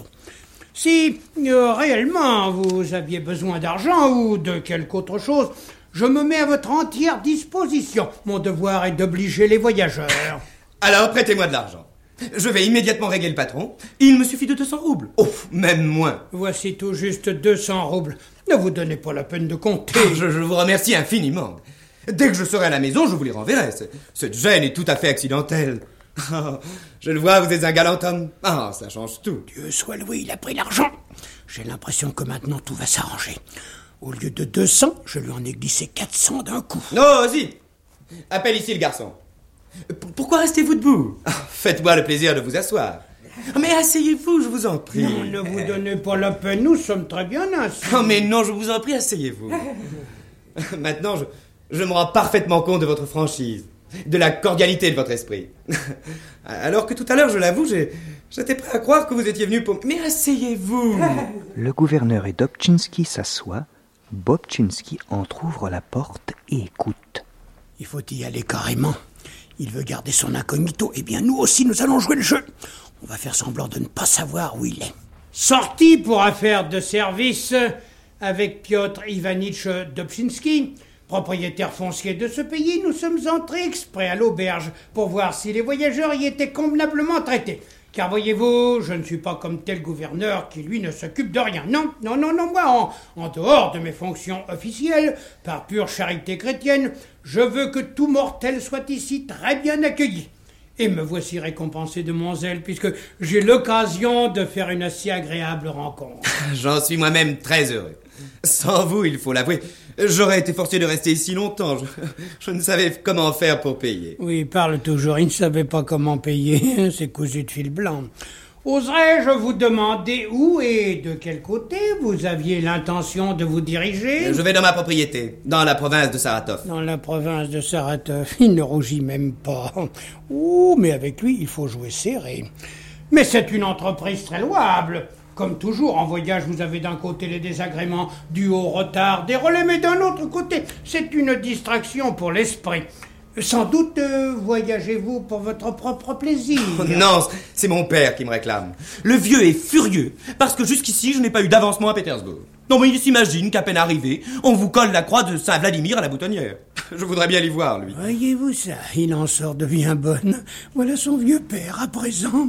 [SPEAKER 8] Si euh, réellement vous aviez besoin d'argent ou de quelque autre chose, je me mets à votre entière disposition. Mon devoir est d'obliger les voyageurs.
[SPEAKER 10] Alors, prêtez-moi de l'argent. Je vais immédiatement régler le patron. Il me suffit de deux cents roubles. Oh, même moins.
[SPEAKER 8] Voici tout juste deux cents roubles. Ne vous donnez pas la peine de compter.
[SPEAKER 10] Je, je vous remercie infiniment. Dès que je serai à la maison, je vous les renverrai. Cette gêne est tout à fait accidentelle. Oh, je le vois, vous êtes un galant homme. Ah, ça change tout.
[SPEAKER 8] Dieu soit loué, il a pris l'argent. J'ai l'impression que maintenant tout va s'arranger. Au lieu de deux cents, je lui en ai glissé quatre cents d'un coup.
[SPEAKER 10] Non, si. Appelle ici le garçon. Pourquoi restez-vous debout? Faites-moi le plaisir de vous asseoir. Mais asseyez-vous, je vous en prie.
[SPEAKER 8] Non, ne vous donnez pas la peine, nous sommes très bien assis.
[SPEAKER 10] Oh, mais non, je vous en prie, asseyez-vous. Maintenant, je, je me rends parfaitement compte de votre franchise, de la cordialité de votre esprit. Alors que tout à l'heure, je l'avoue, j'ai, j'étais prêt à croire que vous étiez venu pour... Mais asseyez-vous.
[SPEAKER 4] Le gouverneur et Dobtchinski s'assoient. Bobtchinski entr'ouvre la porte et écoute.
[SPEAKER 8] Il faut y aller carrément. Il veut garder son incognito. Eh bien, nous aussi, nous allons jouer le jeu. On va faire semblant de ne pas savoir où il est. Sorti pour affaires de service avec Piotr Ivanitch Dobtchinski, propriétaire foncier de ce pays, nous sommes entrés exprès à l'auberge pour voir si les voyageurs y étaient convenablement traités. Car voyez-vous, je ne suis pas comme tel gouverneur qui, lui, ne s'occupe de rien. Non, non, non, non, moi, en, en dehors de mes fonctions officielles, par pure charité chrétienne, je veux que tout mortel soit ici très bien accueilli. Et me voici récompensé de mon zèle, puisque j'ai l'occasion de faire une si agréable rencontre.
[SPEAKER 10] J'en suis moi-même très heureux. Sans vous, il faut l'avouer, j'aurais été forcé de rester ici longtemps. Je, je ne savais comment faire pour payer.
[SPEAKER 8] Oui, il parle toujours, il ne savait pas comment payer. C'est cousu de fil blanc. Oserais-je vous demander où et de quel côté vous aviez l'intention de vous diriger?
[SPEAKER 10] Je vais dans ma propriété, dans la province de Saratov.
[SPEAKER 8] Dans la province de Saratov, il ne rougit même pas. Oh, mais avec lui, il faut jouer serré. Mais c'est une entreprise très louable. Comme toujours, en voyage, vous avez d'un côté les désagréments dus au retard des relais, mais d'un autre côté, c'est une distraction pour l'esprit. Sans doute euh, voyagez-vous pour votre propre plaisir.
[SPEAKER 10] Oh non, c'est mon père qui me réclame. Le vieux est furieux, parce que jusqu'ici, je n'ai pas eu d'avancement à Pétersbourg. Non, mais il s'imagine qu'à peine arrivé, on vous colle la croix de Saint-Vladimir à la boutonnière. Je voudrais bien l'y voir, lui.
[SPEAKER 8] Voyez-vous ça, il en sort de bien bonne. Voilà son vieux père, à présent.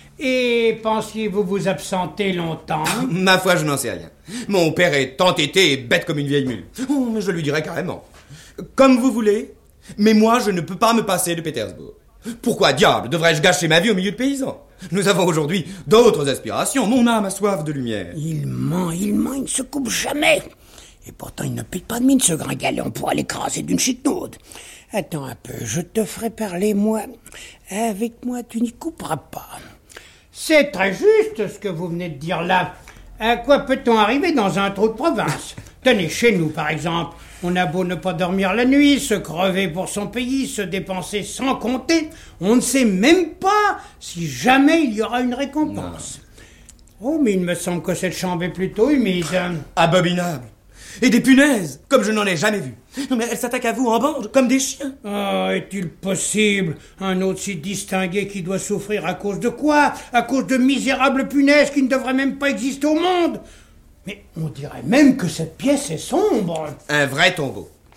[SPEAKER 8] Et pensiez-vous vous absenter longtemps?
[SPEAKER 10] Ma foi, je n'en sais rien. Mon père est entêté et bête comme une vieille mule. Oh, mais je lui dirai carrément. Comme vous voulez, mais moi, je ne peux pas me passer de Pétersbourg. Pourquoi diable devrais-je gâcher ma vie au milieu de paysans? Nous avons aujourd'hui d'autres aspirations. Mon âme a soif de lumière.
[SPEAKER 8] Il ment, il ment, il ne se coupe jamais. Et pourtant, il ne pique pas de mine, ce gringalet. On pourra l'écraser d'une chiquenaude. Attends un peu, je te ferai parler, moi. Avec moi, tu n'y couperas pas. C'est très juste ce que vous venez de dire là. À quoi peut-on arriver dans un trou de province? Tenez, chez nous, par exemple, on a beau ne pas dormir la nuit, se crever pour son pays, se dépenser sans compter, on ne sait même pas si jamais il y aura une récompense. Non. Oh, mais il me semble que cette chambre est plutôt humide.
[SPEAKER 10] Abominable. Et des punaises, comme je n'en ai jamais vu. Non, mais elles s'attaquent à vous en bande, comme des chiens.
[SPEAKER 8] Ah, est-il possible? Un autre si distingué qui doit souffrir à cause de quoi? À cause de misérables punaises qui ne devraient même pas exister au monde? Mais on dirait même que cette pièce est sombre.
[SPEAKER 10] Un vrai tombeau.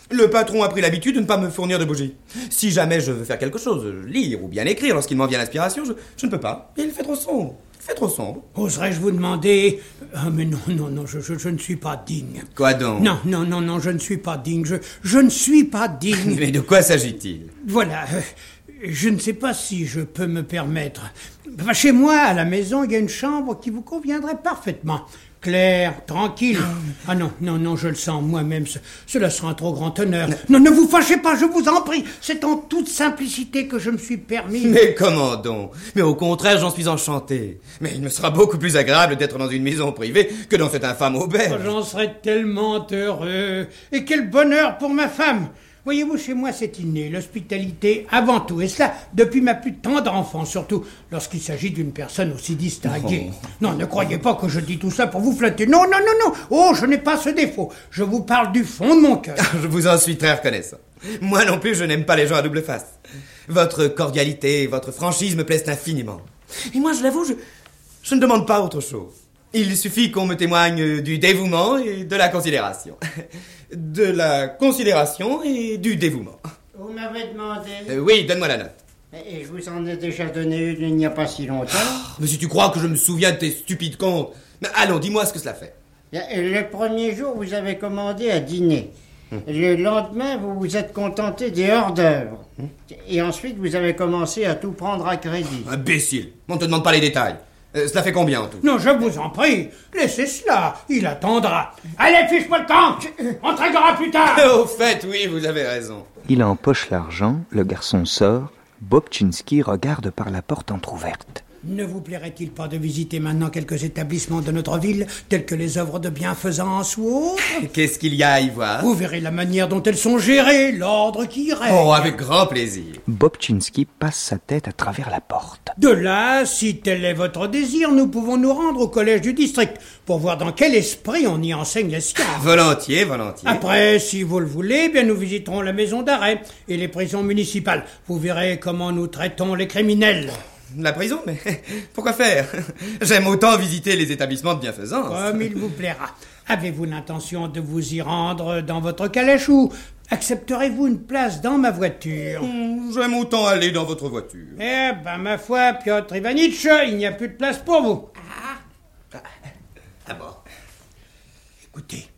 [SPEAKER 10] Le patron a pris l'habitude de ne pas me fournir de bougies. Si jamais je veux faire quelque chose, lire ou bien écrire, lorsqu'il m'en vient l'inspiration, je, je ne peux pas. Il fait trop sombre. Il fait trop sombre.
[SPEAKER 8] Oserais-je vous demander... Ah, mais non, non, non, je, je, je ne suis pas digne.
[SPEAKER 10] Quoi donc?
[SPEAKER 8] Non, non, non, non, je ne suis pas digne. Je, je ne suis pas digne.
[SPEAKER 10] Mais de quoi s'agit-il?
[SPEAKER 8] Voilà... Euh, je ne sais pas si je peux me permettre. Enfin, chez moi, à la maison, il y a une chambre qui vous conviendrait parfaitement. Claire, tranquille. Ah non, non, non, je le sens moi-même. Ce, cela sera un trop grand honneur. Non, ne vous fâchez pas, je vous en prie. C'est en toute simplicité que je me suis permis.
[SPEAKER 10] Mais comment donc? Mais au contraire, j'en suis enchanté. Mais il me sera beaucoup plus agréable d'être dans une maison privée que dans cette infâme auberge.
[SPEAKER 8] Oh, j'en serais tellement heureux. Et quel bonheur pour ma femme. Voyez-vous, chez moi, c'est inné, l'hospitalité avant tout, et cela depuis ma plus tendre enfance, surtout lorsqu'il s'agit d'une personne aussi distinguée. Oh. Non, ne croyez pas que je dis tout ça pour vous flatter. Non, non, non, non. Oh, je n'ai pas ce défaut. Je vous parle du fond de mon cœur.
[SPEAKER 10] Je vous en suis très reconnaissant. Moi non plus, je n'aime pas les gens à double face. Votre cordialité, votre franchise me plaisent infiniment. Et moi, je l'avoue, je, je ne demande pas autre chose. Il suffit qu'on me témoigne du dévouement et de la considération. De la considération et du dévouement.
[SPEAKER 11] Vous m'avez demandé...
[SPEAKER 10] Euh, oui, donne-moi la note.
[SPEAKER 11] Et je vous en ai déjà donné une il n'y a pas si longtemps.
[SPEAKER 10] Oh, mais si tu crois que je me souviens de tes stupides comptes... Mais allons, dis-moi ce que cela fait.
[SPEAKER 11] Le premier jour, vous avez commandé à dîner. Hum. Le lendemain, vous vous êtes contenté des hors-d'œuvre. Hum. Et ensuite, vous avez commencé à tout prendre à crédit.
[SPEAKER 10] Imbécile, on ne te demande pas les détails. Euh, cela fait combien en tout?
[SPEAKER 8] Non, je vous en prie, laissez cela, il attendra. Allez, fiche-moi le camp, on te réglera plus tard.
[SPEAKER 10] Au fait, oui, vous avez raison.
[SPEAKER 4] Il empoche l'argent, le garçon sort, Bobtchinski regarde par la porte entr'ouverte.
[SPEAKER 8] Ne vous plairait-il pas de visiter maintenant quelques établissements de notre ville, tels que les œuvres de bienfaisance ou autres?
[SPEAKER 10] Qu'est-ce qu'il y a à y voir?
[SPEAKER 8] Vous verrez la manière dont elles sont gérées, l'ordre qui y règne.
[SPEAKER 10] Oh, avec grand plaisir.
[SPEAKER 4] Bobtchinski passe sa tête à travers la porte.
[SPEAKER 8] De là, si tel est votre désir, nous pouvons nous rendre au collège du district pour voir dans quel esprit on y enseigne les sciences.
[SPEAKER 10] Volontiers, volontiers.
[SPEAKER 8] Après, si vous le voulez, bien nous visiterons la maison d'arrêt et les prisons municipales. Vous verrez comment nous traitons les criminels.
[SPEAKER 10] La prison? Mais pourquoi faire? J'aime autant visiter les établissements de bienfaisance.
[SPEAKER 8] Comme il vous plaira. Avez-vous l'intention de vous y rendre dans votre calèche ou accepterez-vous une place dans ma voiture?
[SPEAKER 10] mmh, J'aime autant aller dans votre voiture.
[SPEAKER 8] Eh ben, ma foi, Piotr Ivanitch, il n'y a plus de place pour vous.
[SPEAKER 10] Ah, ah bon.
[SPEAKER 8] Écoutez,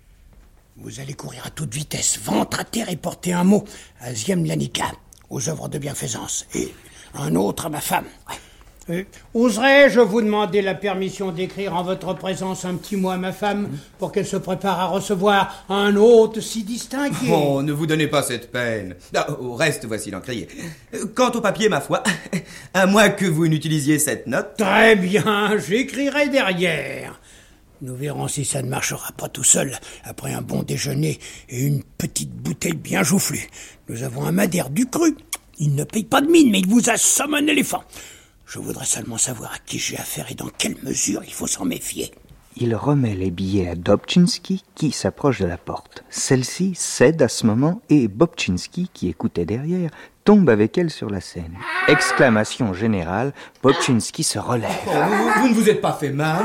[SPEAKER 8] vous allez courir à toute vitesse, ventre à terre et porter un mot à Ziemlanika, aux œuvres de bienfaisance, et un autre à ma femme. Euh, oserais-je vous demander la permission d'écrire en votre présence un petit mot à ma femme pour qu'elle se prépare à recevoir un hôte si distingué?
[SPEAKER 10] Oh, ne vous donnez pas cette peine. Ah, au reste, voici l'encrier. Quant au papier, ma foi, à moins que vous n'utilisiez cette note...
[SPEAKER 8] Très bien, j'écrirai derrière. Nous verrons si ça ne marchera pas tout seul, après un bon déjeuner et une petite bouteille bien joufflue. Nous avons un Madère du cru. Il ne paye pas de mine, mais il vous assomme un éléphant. Je voudrais seulement savoir à qui j'ai affaire et dans quelle mesure il faut s'en méfier.
[SPEAKER 4] Il remet les billets à Dobchinski, qui s'approche de la porte. Celle-ci cède à ce moment et Bobtchinski, qui écoutait derrière, tombe avec elle sur la scène. Exclamation générale, Bobtchinski se relève.
[SPEAKER 10] Oh, vous, vous ne vous êtes pas fait mal?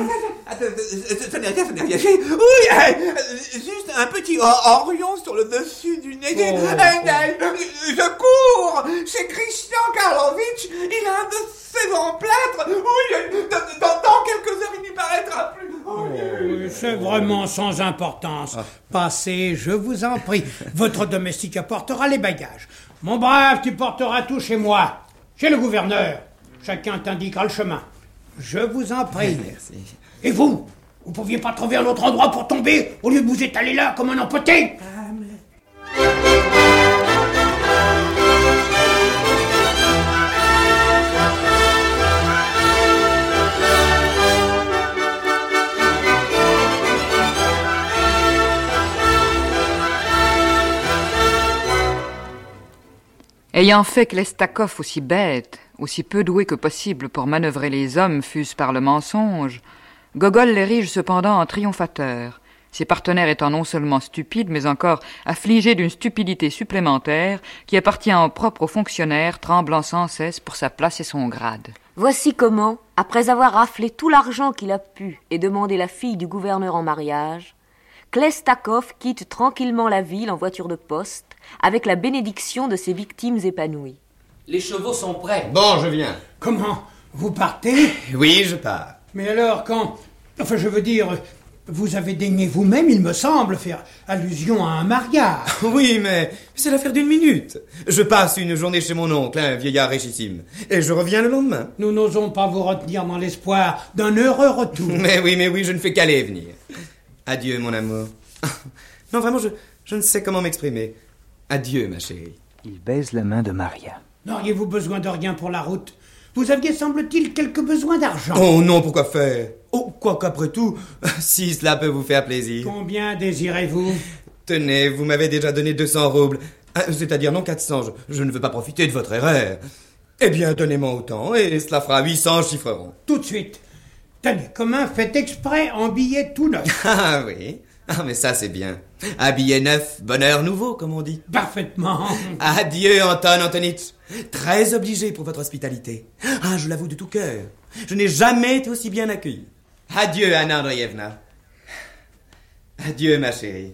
[SPEAKER 12] Ça n'est rien, ça n'est rien. Oui, euh, juste un petit orion sur le dessus du nez. Oh, oh. Je cours chez Christian Karlovitch. Il a un de ses emplâtres. Oui, dans, dans quelques heures, il n'y paraîtra plus. Oh,
[SPEAKER 8] oui, c'est vraiment sans importance. Ah. Passez, je vous en prie. Votre domestique apportera les bagages. Mon brave, tu porteras tout chez moi. Chez le gouverneur. Chacun t'indiquera le chemin. Je vous en prie.
[SPEAKER 10] Merci.
[SPEAKER 8] Et vous? Vous pouviez pas trouver un autre endroit pour tomber au lieu de vous étaler là comme un empoté? Ah, mais...
[SPEAKER 5] Ayant fait que Lestakov, aussi bête, aussi peu doué que possible pour manœuvrer les hommes, fût-ce par le mensonge, Gogol l'érige cependant en triomphateur, ses partenaires étant non seulement stupides, mais encore affligés d'une stupidité supplémentaire qui appartient en propre aux fonctionnaires tremblant sans cesse pour sa place et son grade.
[SPEAKER 6] Voici comment, après avoir raflé tout l'argent qu'il a pu et demandé la fille du gouverneur en mariage, Klestakov quitte tranquillement la ville en voiture de poste, avec la bénédiction de ses victimes épanouies.
[SPEAKER 7] Les chevaux sont prêts.
[SPEAKER 10] Bon, je viens.
[SPEAKER 8] Comment? Vous partez?
[SPEAKER 10] Oui, je pars.
[SPEAKER 8] Mais alors, quand... Enfin, je veux dire, vous avez daigné vous-même, il me semble, faire allusion à un mariage.
[SPEAKER 10] Oui, mais c'est l'affaire d'une minute. Je passe une journée chez mon oncle, un vieillard richissime, et je reviens le lendemain.
[SPEAKER 8] Nous n'osons pas vous retenir dans l'espoir d'un heureux retour.
[SPEAKER 10] Mais oui, mais oui, je ne fais qu'aller et venir. Adieu, mon amour. Non, vraiment, je, je ne sais comment m'exprimer. Adieu, ma chérie.
[SPEAKER 4] Il baise la main de Maria.
[SPEAKER 8] N'auriez-vous besoin de rien pour la route? Vous aviez, semble-t-il, quelques besoins d'argent.
[SPEAKER 10] Oh non, pourquoi faire? Oh, quoi qu'après tout, si cela peut vous faire plaisir.
[SPEAKER 8] Combien désirez-vous?
[SPEAKER 10] Tenez, vous m'avez déjà donné deux cents roubles. C'est-à-dire non quatre cents, je, je ne veux pas profiter de votre erreur. Eh bien, donnez-moi autant, et cela fera huit cents chiffrerons.
[SPEAKER 8] Tout de suite. Tenez, commun fait exprès en billets tout neufs.
[SPEAKER 10] Ah oui. Ah, mais ça, c'est bien. Un billet neuf, bonheur nouveau, comme on dit.
[SPEAKER 8] Parfaitement.
[SPEAKER 10] Adieu, Anton Antonitch. Très obligé pour votre hospitalité. Ah, je l'avoue de tout cœur. Je n'ai jamais été aussi bien accueilli. Adieu, Anna Andreevna. Adieu, ma chérie.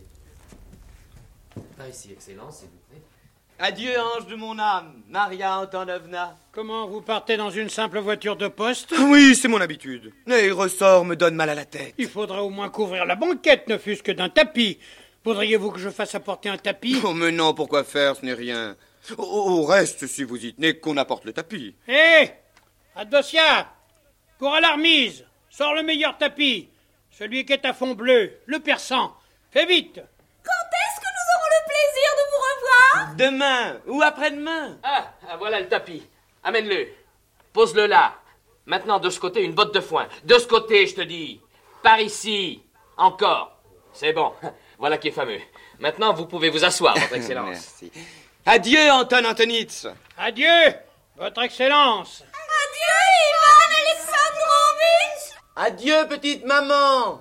[SPEAKER 7] Par ici, Excellence, s'il vous plaît.
[SPEAKER 10] Adieu, ange de mon âme, Maria Antonovna.
[SPEAKER 8] Comment, vous partez dans une simple voiture de poste?
[SPEAKER 10] Oui, c'est mon habitude. Les ressorts me donnent mal à la tête.
[SPEAKER 8] Il faudrait au moins couvrir la banquette, ne fût-ce que d'un tapis. Voudriez-vous que je fasse apporter un tapis?
[SPEAKER 10] Oh, mais non, pourquoi faire, ce n'est rien. Au, au reste, si vous y tenez, qu'on apporte le tapis.
[SPEAKER 8] Hé hey, Adossia, cours à l'armise, sors le meilleur tapis. Celui qui est à fond bleu, le persan. Fais vite.
[SPEAKER 14] Quand est-ce que nous aurons le plaisir de vous revoir?
[SPEAKER 10] Demain ou après-demain.
[SPEAKER 7] Ah, ah, voilà le tapis. Amène-le. Pose-le là. Maintenant, de ce côté, une botte de foin. De ce côté, je te dis. Par ici. Encore. C'est bon. Voilà qui est fameux. Maintenant, vous pouvez vous asseoir, votre Excellence.
[SPEAKER 10] Merci. Adieu, Anton Antonitch.
[SPEAKER 8] Adieu, votre Excellence.
[SPEAKER 14] Adieu, Ivan Alexandrovitch.
[SPEAKER 10] Adieu, petite maman.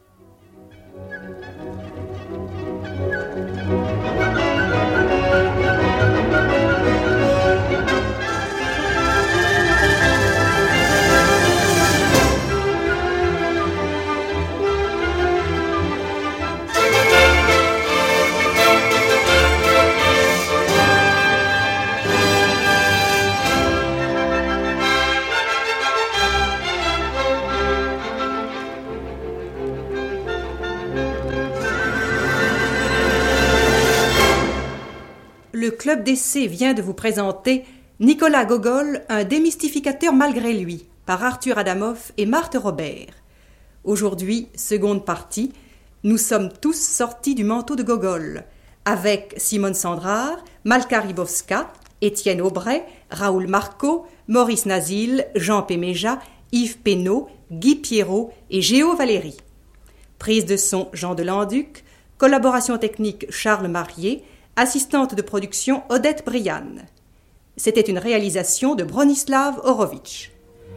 [SPEAKER 3] Le Club d'essai vient de vous présenter Nicolas Gogol, un démystificateur malgré lui, par Arthur Adamoff et Marthe Robert. Aujourd'hui, seconde partie, nous sommes tous sortis du manteau de Gogol, avec Simone Sandrard, Malka Rybowska, Étienne Aubray, Raoul Marco, Maurice Nazil, Jean Péméja, Yves Pénaud, Guy Pierrot et Géo Valéry. Prise de son Jean Delanduc, collaboration technique Charles Marier, assistante de production Odette Brian. C'était une réalisation de Bronislav Horowitz.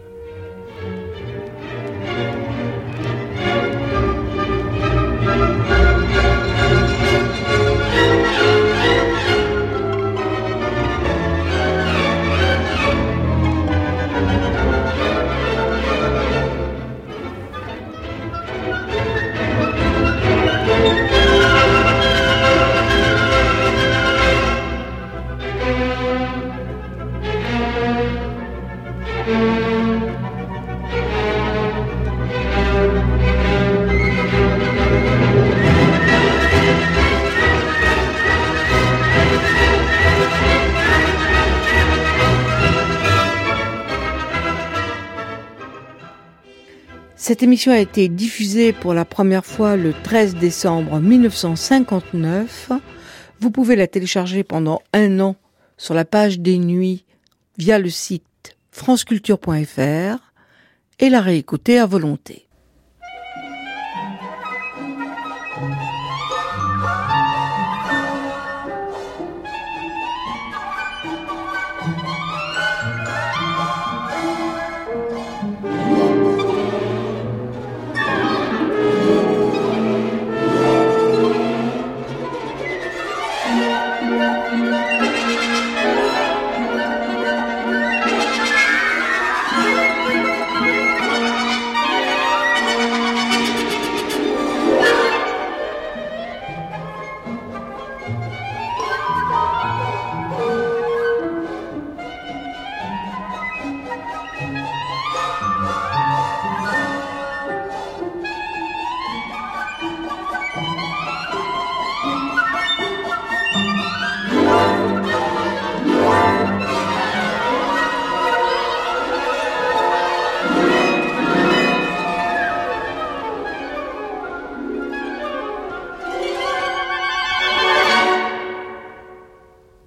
[SPEAKER 2] Cette émission a été diffusée pour la première fois le treize décembre mille neuf cent cinquante-neuf. Vous pouvez la télécharger pendant un an sur la page des nuits via le site franceculture point f r et la réécouter à volonté.
[SPEAKER 14] Thank you.